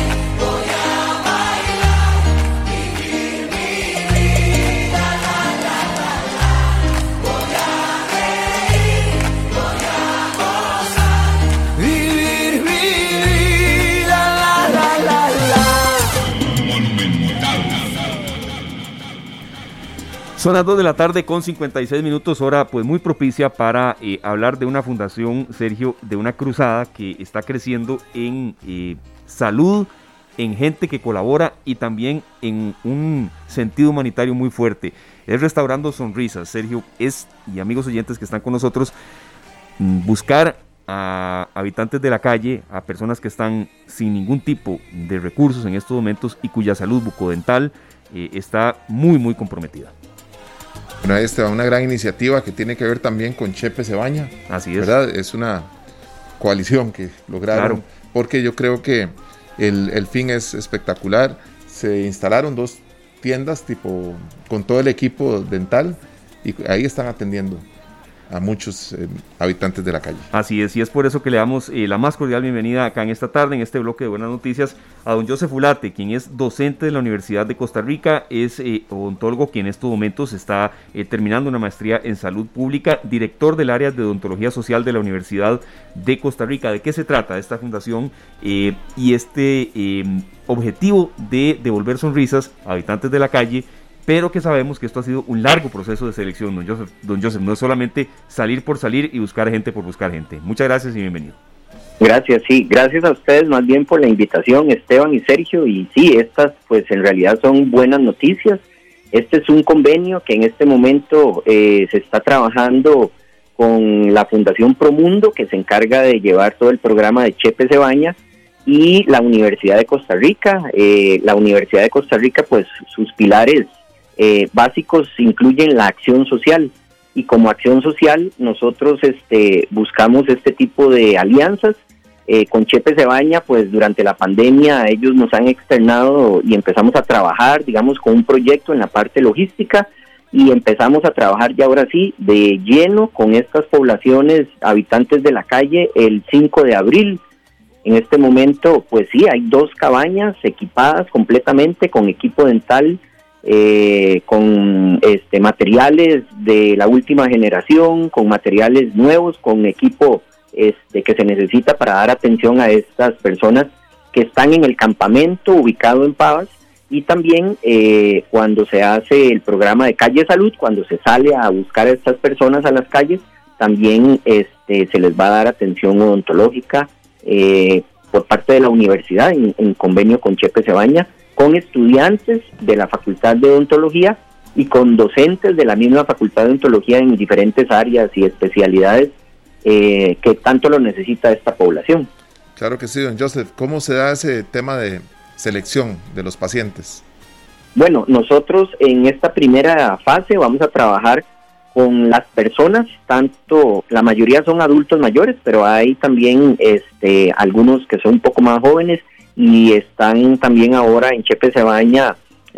Son las dos de la tarde con cincuenta y seis minutos, hora pues muy propicia para eh, hablar de una fundación, Sergio, de una cruzada que está creciendo en eh, salud, en gente que colabora y también en un sentido humanitario muy fuerte. Es Restaurando Sonrisas, Sergio, es, y amigos oyentes que están con nosotros, buscar a habitantes de la calle, a personas que están sin ningún tipo de recursos en estos momentos y cuya salud bucodental eh, está muy muy comprometida. Bueno, esta es una gran iniciativa que tiene que ver también con Chepe Se Baña. Así es. ¿Verdad? Es una coalición que lograron, claro. Porque yo creo que el, el fin es espectacular. Se instalaron dos tiendas tipo con todo el equipo dental y ahí están atendiendo a muchos eh, habitantes de la calle. Así es, y es por eso que le damos eh, la más cordial bienvenida acá en esta tarde, en este bloque de Buenas Noticias, a don Joseph Ulate, quien es docente de la Universidad de Costa Rica, es eh, odontólogo, quien en estos momentos está eh, terminando una maestría en salud pública, director del área de odontología social de la Universidad de Costa Rica. ¿De qué se trata esta fundación eh, y este eh, objetivo de devolver sonrisas a habitantes de la calle? Pero que sabemos que esto ha sido un largo proceso de selección, don Joseph, don Joseph, no es solamente salir por salir y buscar gente por buscar gente. Muchas gracias y bienvenido. Gracias, sí, gracias a ustedes más bien por la invitación, Esteban y Sergio, y sí, estas pues en realidad son buenas noticias. Este es un convenio que en este momento eh, se está trabajando con la Fundación Promundo, que se encarga de llevar todo el programa de Chepe Se Baña, y la Universidad de Costa Rica. Eh, la Universidad de Costa Rica, pues sus pilares Eh, básicos incluyen la acción social, y como acción social nosotros este buscamos este tipo de alianzas. Eh, con Chepe Se Baña, pues durante la pandemia ellos nos han externado y empezamos a trabajar, digamos, con un proyecto en la parte logística, y empezamos a trabajar ya ahora sí de lleno con estas poblaciones habitantes de la calle el cinco de abril. En este momento, pues sí, hay dos cabañas equipadas completamente con equipo dental, Eh, con este materiales de la última generación, con materiales nuevos, con equipo este que se necesita para dar atención a estas personas que están en el campamento ubicado en Pavas, y también eh, cuando se hace el programa de Calle Salud, cuando se sale a buscar a estas personas a las calles, también este se les va a dar atención odontológica eh, por parte de la universidad en, en convenio con Chepe Se Baña, con estudiantes de la Facultad de Odontología y con docentes de la misma Facultad de Odontología en diferentes áreas y especialidades eh, que tanto lo necesita esta población. Claro que sí, don Joseph. ¿Cómo se da ese tema de selección de los pacientes? Bueno, nosotros en esta primera fase vamos a trabajar con las personas, tanto la mayoría son adultos mayores, pero hay también este algunos que son un poco más jóvenes, y están también ahora en Chepe Se Baña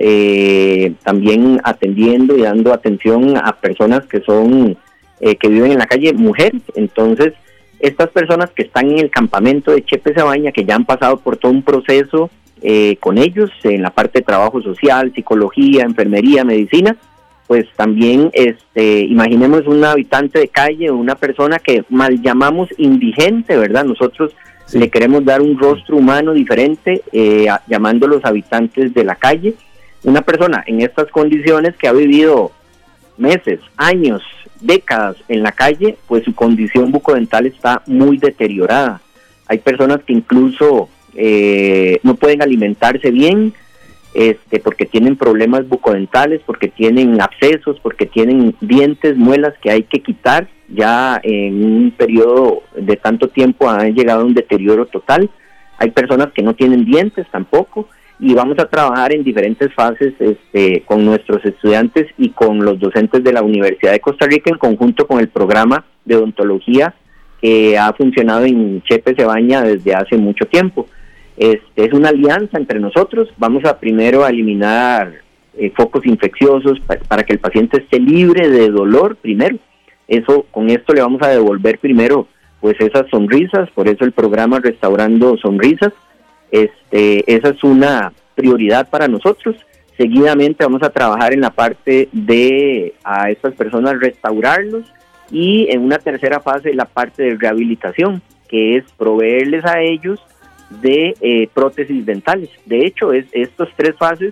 eh, también atendiendo y dando atención a personas que son eh, que viven en la calle, mujeres. Entonces, estas personas que están en el campamento de Chepe Se Baña, que ya han pasado por todo un proceso eh, con ellos en la parte de trabajo social, psicología, enfermería, medicina, pues también este imaginemos un habitante de calle o una persona que mal llamamos indigente, ¿verdad? Nosotros sí le queremos dar un rostro humano diferente, eh, a, llamando los habitantes de la calle. Una persona en estas condiciones que ha vivido meses, años, décadas en la calle, pues su condición bucodental está muy deteriorada. Hay personas que incluso eh, no pueden alimentarse bien, este, porque tienen problemas bucodentales, porque tienen abscesos, porque tienen dientes, muelas que hay que quitar. Ya en un periodo de tanto tiempo han llegado a un deterioro total. Hay personas que no tienen dientes tampoco, y vamos a trabajar en diferentes fases este, con nuestros estudiantes y con los docentes de la Universidad de Costa Rica, en conjunto con el programa de odontología que ha funcionado en Chepe Se Baña desde hace mucho tiempo. Este, es una alianza entre nosotros. Vamos a primero a eliminar eh, focos infecciosos pa- para que el paciente esté libre de dolor primero. Eso, con esto le vamos a devolver primero pues esas sonrisas, por eso el programa Restaurando Sonrisas. Este, esa es una prioridad para nosotros. Seguidamente vamos a trabajar en la parte de a estas personas restaurarlos, y en una tercera fase la parte de rehabilitación, que es proveerles a ellos de eh, prótesis dentales. De hecho, es, estas tres fases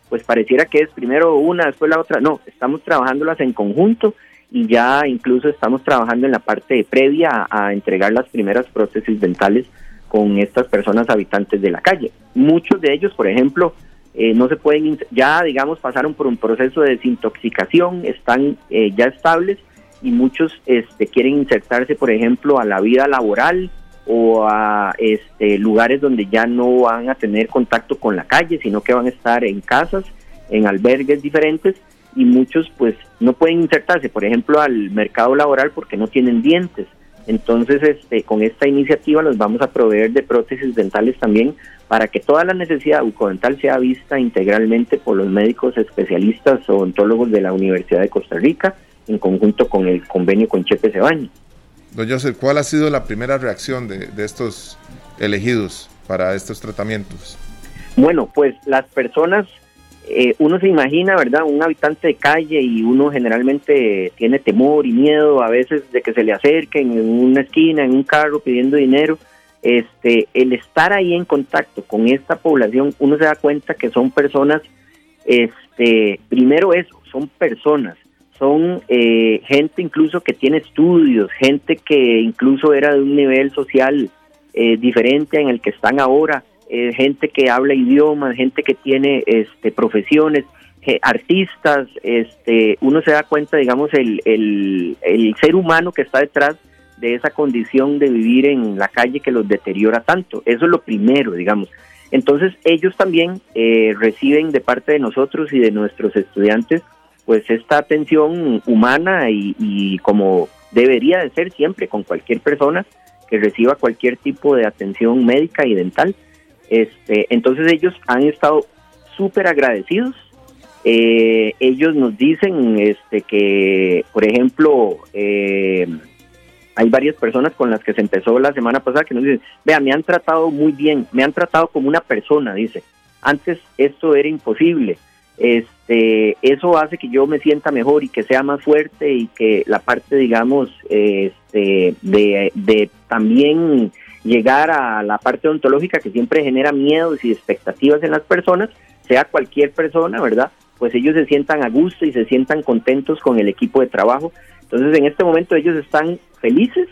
pues pareciera que es primero una, después la otra. No, estamos trabajándolas en conjunto y ya incluso estamos trabajando en la parte previa a, a entregar las primeras prótesis dentales con estas personas habitantes de la calle. Muchos de ellos, por ejemplo, eh, no se pueden, ya digamos pasaron por un proceso de desintoxicación, están eh, ya estables, y muchos este, quieren insertarse, por ejemplo, a la vida laboral o a este, lugares donde ya no van a tener contacto con la calle, sino que van a estar en casas, en albergues diferentes, y muchos pues no pueden insertarse, por ejemplo, al mercado laboral porque no tienen dientes. Entonces, este, con esta iniciativa los vamos a proveer de prótesis dentales también para que toda la necesidad bucodental sea vista integralmente por los médicos especialistas o odontólogos de la Universidad de Costa Rica, en conjunto con el convenio con Chepe Cebaña. Don Joseph, ¿cuál ha sido la primera reacción de, de estos elegidos para estos tratamientos? Bueno, pues las personas, eh, uno se imagina, ¿verdad?, un habitante de calle, y uno generalmente tiene temor y miedo a veces de que se le acerquen en una esquina, en un carro pidiendo dinero. Este, el estar ahí en contacto con esta población, uno se da cuenta que son personas, este, primero eso, son personas, son eh, gente incluso que tiene estudios, gente que incluso era de un nivel social eh, diferente en el que están ahora, eh, gente que habla idiomas, gente que tiene este, profesiones, eh, artistas. Este, uno se da cuenta, digamos, el, el, el ser humano que está detrás de esa condición de vivir en la calle que los deteriora tanto. Eso es lo primero, digamos. Entonces ellos también eh, reciben de parte de nosotros y de nuestros estudiantes pues esta atención humana y, y como debería de ser siempre con cualquier persona que reciba cualquier tipo de atención médica y dental. Este, entonces ellos han estado súper agradecidos. Eh, ellos nos dicen este, que, por ejemplo, eh, hay varias personas con las que se empezó la semana pasada que nos dicen, vea, me han tratado muy bien, me han tratado como una persona, dice. Antes esto era imposible. Este, eso hace que yo me sienta mejor y que sea más fuerte, y que la parte, digamos, este, de, de también llegar a la parte odontológica que siempre genera miedos y expectativas en las personas, sea cualquier persona, ¿verdad? Pues ellos se sientan a gusto y se sientan contentos con el equipo de trabajo. Entonces, en este momento ellos están felices.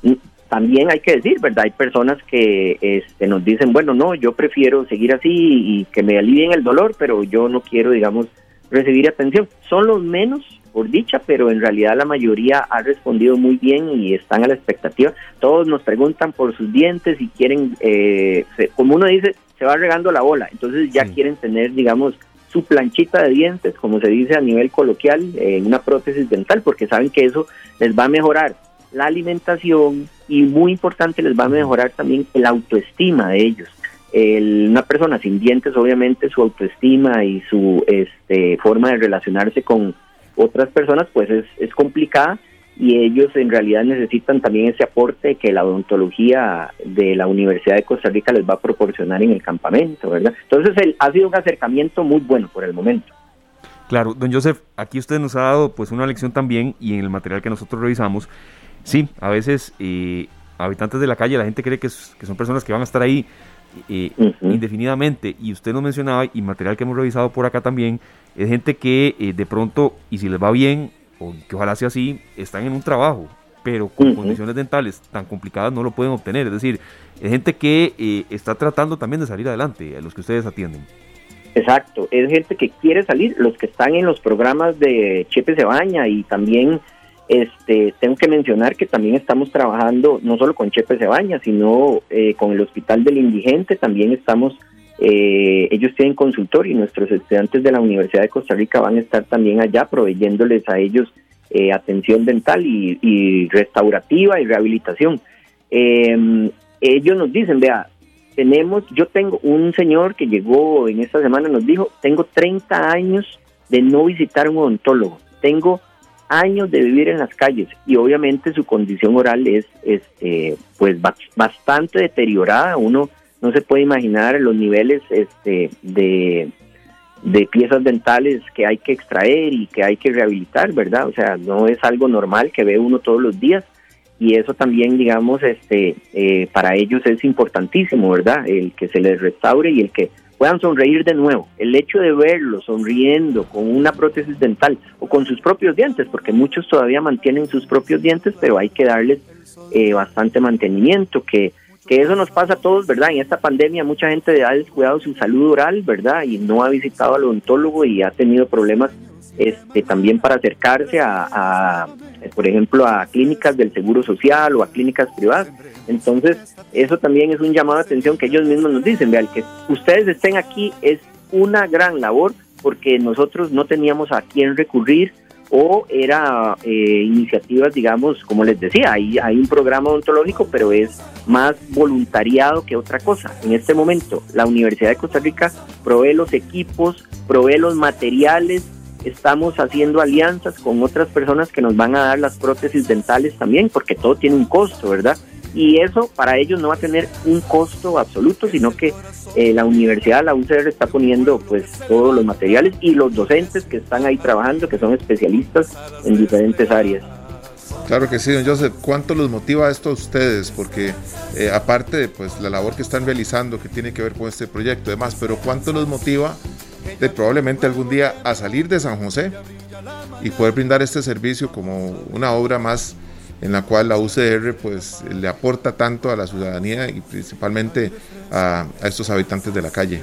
También hay que decir, ¿verdad? Hay personas que este, nos dicen, bueno, no, yo prefiero seguir así y que me alivien el dolor, pero yo no quiero, digamos, recibir atención. Son los menos, por dicha, pero en realidad la mayoría ha respondido muy bien y están a la expectativa. Todos nos preguntan por sus dientes y quieren, eh, se, como uno dice, se va regando la bola. Entonces ya sí quieren tener, digamos, su planchita de dientes, como se dice a nivel coloquial, en eh, una prótesis dental, porque saben que eso les va a mejorar la alimentación y, muy importante, les va a mejorar también el autoestima de ellos. El, una persona sin dientes, obviamente, su autoestima y su este, forma de relacionarse con otras personas pues es, es complicada, y ellos en realidad necesitan también ese aporte que la odontología de la Universidad de Costa Rica les va a proporcionar en el campamento, ¿verdad? Entonces el, ha sido un acercamiento muy bueno por el momento. Claro, don Joseph, aquí usted nos ha dado pues una lección también, y en el material que nosotros revisamos, sí, a veces eh, habitantes de la calle, la gente cree que, es, que son personas que van a estar ahí eh, uh-huh. indefinidamente, y usted nos mencionaba, y material que hemos revisado por acá también, es gente que eh, de pronto, y si les va bien, o que ojalá sea así, están en un trabajo, pero con uh-huh. condiciones dentales tan complicadas no lo pueden obtener. Es decir, es gente que eh, está tratando también de salir adelante, a los que ustedes atienden. Exacto, es gente que quiere salir, los que están en los programas de Chepe Cebaña, y también este tengo que mencionar que también estamos trabajando no solo con Chepe Cebaña, sino eh, con el Hospital del Indigente. También estamos, eh, ellos tienen consultorio, y nuestros estudiantes de la Universidad de Costa Rica van a estar también allá proveyéndoles a ellos eh, atención dental y, y restaurativa y rehabilitación. Eh, ellos nos dicen, vea, tenemos, yo tengo un señor que llegó en esta semana, nos dijo, tengo treinta años de no visitar un odontólogo, tengo años de vivir en las calles, y obviamente su condición oral es este pues bastante deteriorada. Uno no se puede imaginar los niveles este de, de piezas dentales que hay que extraer y que hay que rehabilitar, ¿verdad? O sea, no es algo normal que ve uno todos los días, y eso también, digamos, este eh, para ellos es importantísimo, ¿verdad? El que se les restaure y el que puedan sonreír de nuevo. El hecho de verlos sonriendo con una prótesis dental o con sus propios dientes, porque muchos todavía mantienen sus propios dientes, pero hay que darles eh, bastante mantenimiento, que, que eso nos pasa a todos, ¿verdad? En esta pandemia mucha gente ha descuidado su salud oral, ¿verdad? Y no ha visitado al odontólogo y ha tenido problemas este, también para acercarse a, a, por ejemplo, a clínicas del Seguro Social o a clínicas privadas. Entonces, eso también es un llamado de atención que ellos mismos nos dicen, vean, que ustedes estén aquí es una gran labor porque nosotros no teníamos a quién recurrir o era eh, iniciativas, digamos, como les decía, hay, hay un programa odontológico, pero es más voluntariado que otra cosa. En este momento, la Universidad de Costa Rica provee los equipos, provee los materiales, estamos haciendo alianzas con otras personas que nos van a dar las prótesis dentales también, porque todo tiene un costo, ¿verdad? Y eso para ellos no va a tener un costo absoluto, sino que eh, la universidad, la U C R, está poniendo pues todos los materiales y los docentes que están ahí trabajando, que son especialistas en diferentes áreas. Claro que sí, don Joseph. ¿Cuánto los motiva esto a ustedes? Porque eh, aparte de pues, la labor que están realizando, que tiene que ver con este proyecto y demás, pero ¿cuánto los motiva de probablemente algún día a salir de San José y poder brindar este servicio como una obra más en la cual la U C R pues le aporta tanto a la ciudadanía y principalmente a, a estos habitantes de la calle?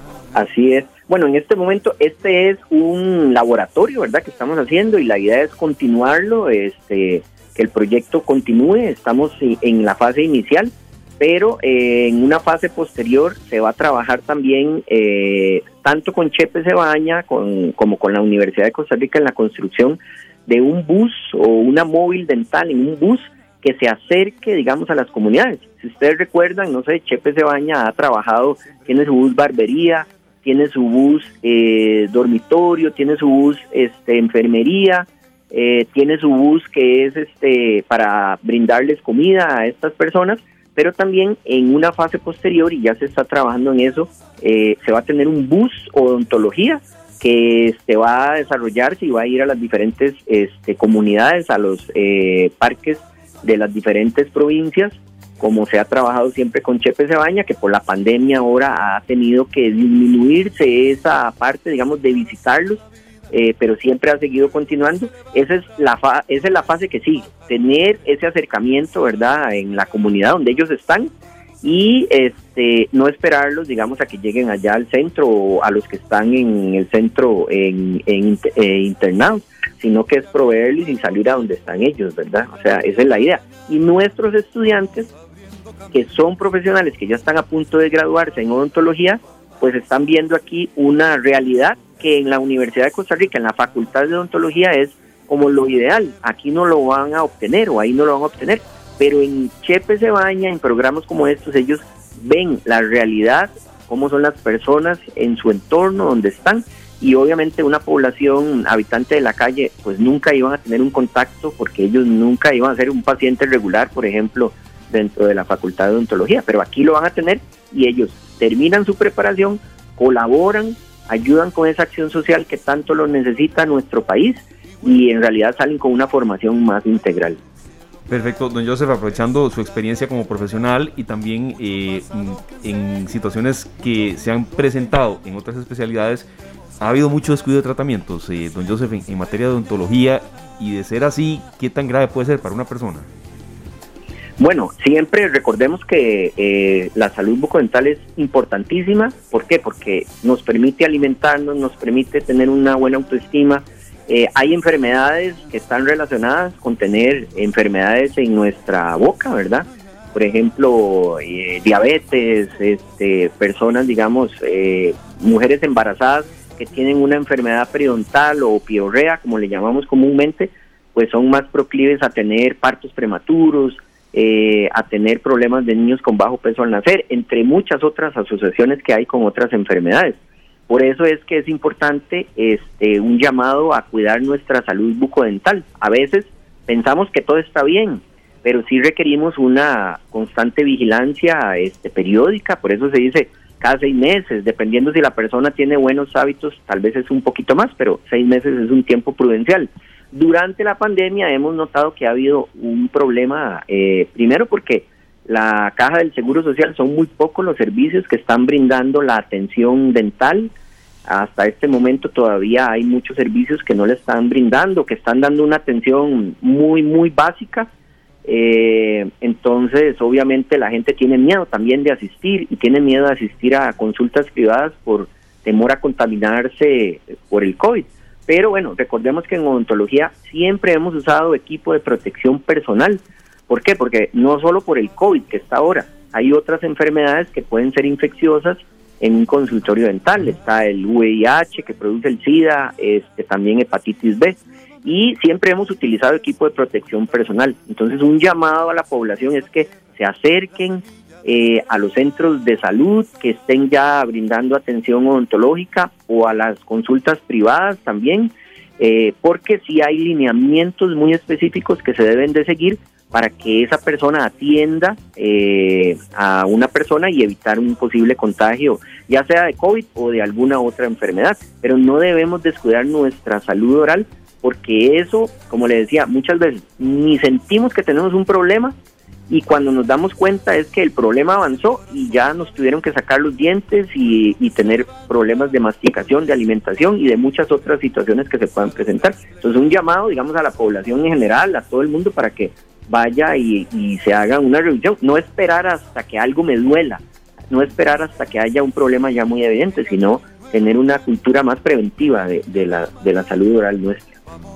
Así es. Bueno, en este momento este es un laboratorio, ¿verdad?, que estamos haciendo y la idea es continuarlo, este, que el proyecto continúe. Estamos en la fase inicial, pero eh, en una fase posterior se va a trabajar también eh, tanto con Chepe Cebaña con, como con la Universidad de Costa Rica en la construcción de un bus o una móvil dental en un bus que se acerque, digamos, a las comunidades. Si ustedes recuerdan, no sé, Chepe Cebaña ha trabajado, tiene su bus barbería, tiene su bus eh, dormitorio, tiene su bus este, enfermería, eh, tiene su bus que es este para brindarles comida a estas personas, pero también en una fase posterior, y ya se está trabajando en eso, eh, se va a tener un bus odontología que este, va a desarrollarse y va a ir a las diferentes este, comunidades, a los eh, parques de las diferentes provincias, como se ha trabajado siempre con Chepe Cebaña, que por la pandemia ahora ha tenido que disminuirse esa parte, digamos, de visitarlos, eh, pero siempre ha seguido continuando. Esa es la fa- esa es la fase que sigue, tener ese acercamiento, ¿verdad?, en la comunidad donde ellos están y este no esperarlos, digamos, a que lleguen allá al centro o a los que están en el centro en, en eh, internados, sino que es proveerles y salir a donde están ellos, ¿verdad? O sea, esa es la idea. Y nuestros estudiantes, que son profesionales que ya están a punto de graduarse en odontología, pues están viendo aquí una realidad que en la Universidad de Costa Rica, en la Facultad de Odontología, es como lo ideal. Aquí no lo van a obtener o ahí no lo van a obtener, pero en Chepe Cebaña, en programas como estos, ellos ven la realidad, cómo son las personas en su entorno, donde están, y obviamente una población habitante de la calle, pues nunca iban a tener un contacto porque ellos nunca iban a ser un paciente regular, por ejemplo, dentro de la Facultad de Odontología, pero aquí lo van a tener y ellos terminan su preparación, colaboran, ayudan con esa acción social que tanto lo necesita nuestro país y en realidad salen con una formación más integral. Perfecto, don Joseph, aprovechando su experiencia como profesional y también eh, en situaciones que se han presentado en otras especialidades, ha habido mucho descuido de tratamientos, eh, don Joseph, en, en materia de odontología, y de ser así, ¿qué tan grave puede ser para una persona? Bueno, siempre recordemos que eh, la salud bucodental es importantísima. ¿Por qué? Porque nos permite alimentarnos, nos permite tener una buena autoestima. Eh, hay enfermedades que están relacionadas con tener enfermedades en nuestra boca, ¿verdad? Por ejemplo, eh, diabetes, este, personas, digamos, eh, mujeres embarazadas que tienen una enfermedad periodontal o piorrea, como le llamamos comúnmente, pues son más proclives a tener partos prematuros, eh, a tener problemas de niños con bajo peso al nacer, entre muchas otras asociaciones que hay con otras enfermedades. Por eso es que es importante este, un llamado a cuidar nuestra salud bucodental. A veces pensamos que todo está bien, pero sí requerimos una constante vigilancia este, periódica, por eso se dice cada seis meses, dependiendo si la persona tiene buenos hábitos, tal vez es un poquito más, pero seis meses es un tiempo prudencial. Durante la pandemia hemos notado que ha habido un problema, eh, primero porque la Caja del Seguro Social, son muy pocos los servicios que están brindando la atención dental. Hasta este momento todavía hay muchos servicios que no le están brindando, que están dando una atención muy, muy básica. Eh, entonces, obviamente, la gente tiene miedo también de asistir y tiene miedo de asistir a consultas privadas por temor a contaminarse por el COVID. Pero bueno, recordemos que en odontología siempre hemos usado equipo de protección personal. ¿Por qué? Porque no solo por el COVID que está ahora, hay otras enfermedades que pueden ser infecciosas en un consultorio dental. Está el V I H que produce el SIDA, este, también hepatitis B, y siempre hemos utilizado equipo de protección personal. Entonces, un llamado a la población es que se acerquen eh, a los centros de salud que estén ya brindando atención odontológica, o a las consultas privadas también, eh, porque sí hay lineamientos muy específicos que se deben de seguir para que esa persona atienda eh, a una persona y evitar un posible contagio, ya sea de COVID o de alguna otra enfermedad. Pero no debemos descuidar nuestra salud oral, porque eso, como le decía, muchas veces ni sentimos que tenemos un problema, y cuando nos damos cuenta es que el problema avanzó y ya nos tuvieron que sacar los dientes y, y tener problemas de masticación, de alimentación y de muchas otras situaciones que se puedan presentar. Entonces, un llamado, digamos, a la población en general, a todo el mundo, para que vaya y, y se haga una revisión. No esperar hasta que algo me duela, no esperar hasta que haya un problema ya muy evidente, sino tener una cultura más preventiva de, de, la, de la salud oral nuestra.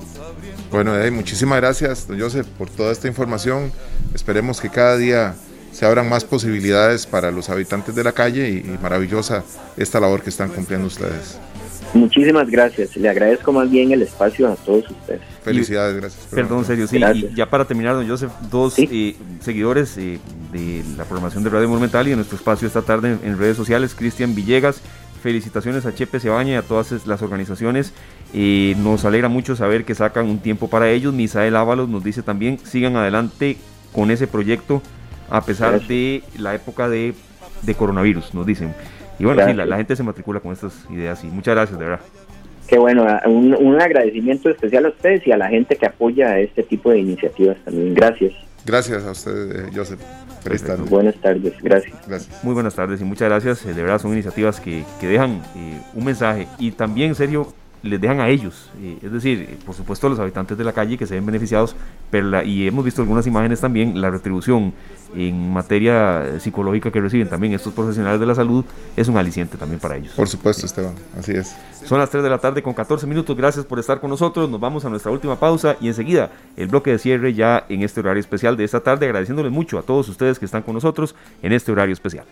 Bueno, eh, muchísimas gracias, don Joseph, por toda esta información. Esperemos que cada día se abran más posibilidades para los habitantes de la calle, y, y maravillosa esta labor que están cumpliendo ustedes. Muchísimas gracias, le agradezco más bien el espacio a todos ustedes. Felicidades, gracias. Perdón, serio, sí, y ya para terminar, don Joseph, dos ¿Sí? eh, seguidores eh, de la programación de Radio Monumental y de nuestro espacio esta tarde en, en redes sociales, Cristian Villegas. Felicitaciones a Chepe Cebaña y a todas las organizaciones. Eh, nos alegra mucho saber que sacan un tiempo para ellos. Misael Ábalos nos dice también, sigan adelante con ese proyecto a pesar Gracias. de la época de, de coronavirus, nos dicen. Y bueno, sí, la, la gente se matricula con estas ideas, y muchas gracias, de verdad. Qué bueno, un, un agradecimiento especial a ustedes y a la gente que apoya este tipo de iniciativas también. Gracias. Gracias a usted, Joseph. Feliz tarde. Buenas tardes, gracias. gracias. Muy buenas tardes y muchas gracias. De verdad son iniciativas que, que dejan eh, un mensaje, y también, en serio, les dejan a ellos, eh, es decir, eh, por supuesto a los habitantes de la calle que se ven beneficiados, pero la, y hemos visto algunas imágenes también, la retribución en materia psicológica que reciben también estos profesionales de la salud es un aliciente también para ellos. Por supuesto, Esteban, así es. Son las tres de la tarde con catorce minutos, gracias por estar con nosotros, nos vamos a nuestra última pausa y enseguida el bloque de cierre ya en este horario especial de esta tarde, agradeciéndoles mucho a todos ustedes que están con nosotros en este horario especial.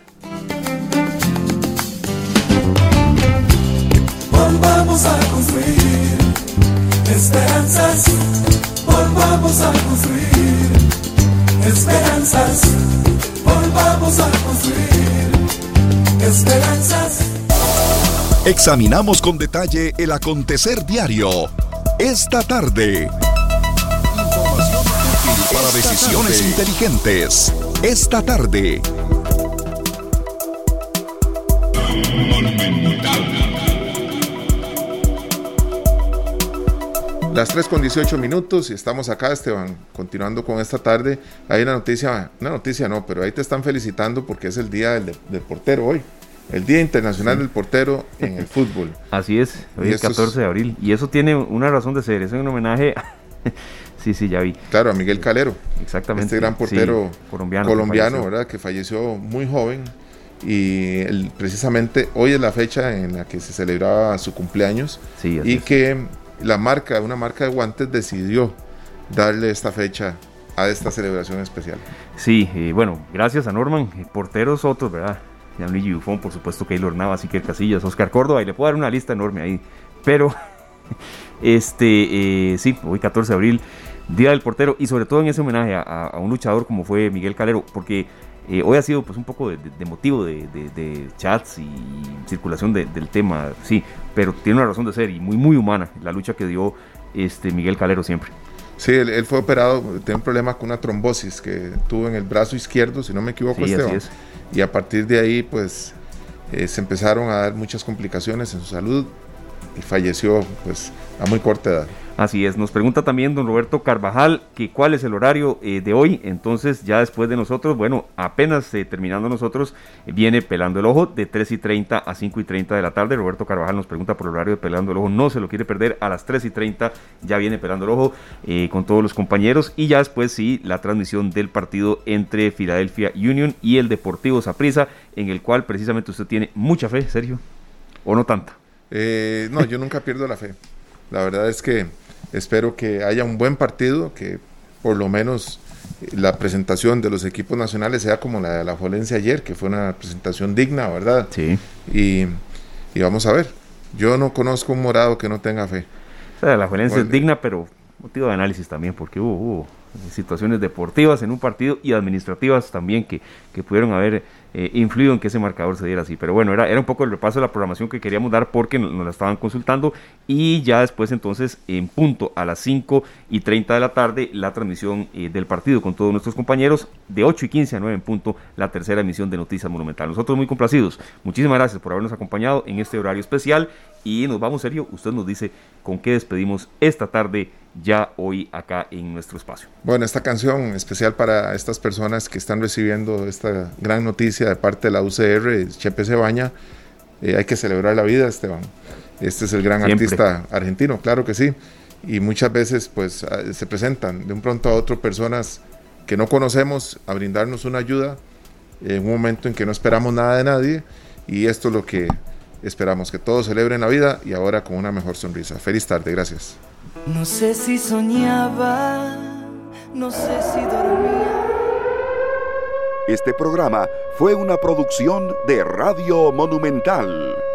Volvamos a construir esperanzas, volvamos a construir esperanzas, volvamos a construir esperanzas. Examinamos con detalle el acontecer diario. Esta tarde, información útil para Esta decisiones tarde. inteligentes. Esta tarde. Las tres con dieciocho minutos y estamos acá, Esteban, continuando con esta tarde. Hay una noticia, una noticia no, pero ahí te están felicitando porque es el día del, de, del portero hoy, el Día Internacional sí. del Portero en el fútbol. Así es, hoy es catorce de abril, y eso tiene una razón de ser, es un homenaje, sí, sí, ya vi. Claro, a Miguel Calero, exactamente, este gran portero sí, colombiano, colombiano que ¿verdad? Que falleció muy joven, y el, precisamente hoy es la fecha en la que se celebraba su cumpleaños, sí, y es. que la marca, una marca de guantes decidió darle esta fecha a esta celebración especial. Sí, eh, bueno, gracias a Norman, eh, porteros otros, ¿verdad? Gianluigi Buffon, por supuesto, Keylor Navas, Iker Casillas, Oscar Córdoba, y le puedo dar una lista enorme ahí, pero este, eh, sí, hoy catorce de abril, Día del Portero, y sobre todo en ese homenaje a, a un luchador como fue Miguel Calero, porque eh, hoy ha sido pues un poco de, de, de motivo de, de, de chats y circulación de, del tema, sí, pero tiene una razón de ser y muy muy humana la lucha que dio este Miguel Calero siempre. Sí, él, él fue operado, tiene un problema con una trombosis que tuvo en el brazo izquierdo, si no me equivoco, sí, Esteban, así es. Y a partir de ahí pues eh, se empezaron a dar muchas complicaciones en su salud, y falleció pues a muy corta edad. Así es, nos pregunta también don Roberto Carvajal que cuál es el horario eh, de hoy. Entonces ya después de nosotros, bueno, apenas eh, terminando nosotros, eh, viene Pelando el Ojo de tres y treinta a cinco y treinta de la tarde. Roberto Carvajal nos pregunta por el horario de Pelando el Ojo, no se lo quiere perder. A las tres y treinta ya viene Pelando el Ojo eh, con todos los compañeros, y ya después sí, la transmisión del partido entre Philadelphia Union y el Deportivo Saprissa, en el cual precisamente usted tiene mucha fe, Sergio, ¿o no tanta? Eh, no, yo nunca pierdo la fe. La verdad es que espero que haya un buen partido, que por lo menos la presentación de los equipos nacionales sea como la de la Alajuelense ayer, que fue una presentación digna, ¿verdad? Sí. Y, y vamos a ver. Yo no conozco un morado que no tenga fe. O sea, la Alajuelense Bueno, es digna, pero motivo de análisis también, porque hubo, hubo situaciones deportivas en un partido y administrativas también que, que pudieron haber eh, influido en que ese marcador se diera así. Pero bueno, era, era un poco el repaso de la programación que queríamos dar porque nos, nos la estaban consultando, y ya después entonces en punto a las cinco y treinta de la tarde la transmisión eh, del partido con todos nuestros compañeros, de ocho y quince a nueve en punto la tercera emisión de Noticias Monumental. Nosotros muy complacidos, muchísimas gracias por habernos acompañado en este horario especial, y nos vamos, Sergio, usted nos dice con qué despedimos esta tarde ya hoy acá en nuestro espacio. Bueno, esta canción especial para estas personas que están recibiendo esta gran noticia de parte de la U C R, Chepe Cebaña. Eh, hay que celebrar la vida, Esteban. Este es el gran Siempre. artista argentino, claro que sí. Y muchas veces pues se presentan de un pronto a otro personas que no conocemos a brindarnos una ayuda en un momento en que no esperamos nada de nadie, y esto es lo que esperamos, que todos celebren la vida y ahora con una mejor sonrisa. Feliz tarde, gracias. No sé si soñaba, no sé si dormía. Este programa fue una producción de Radio Monumental.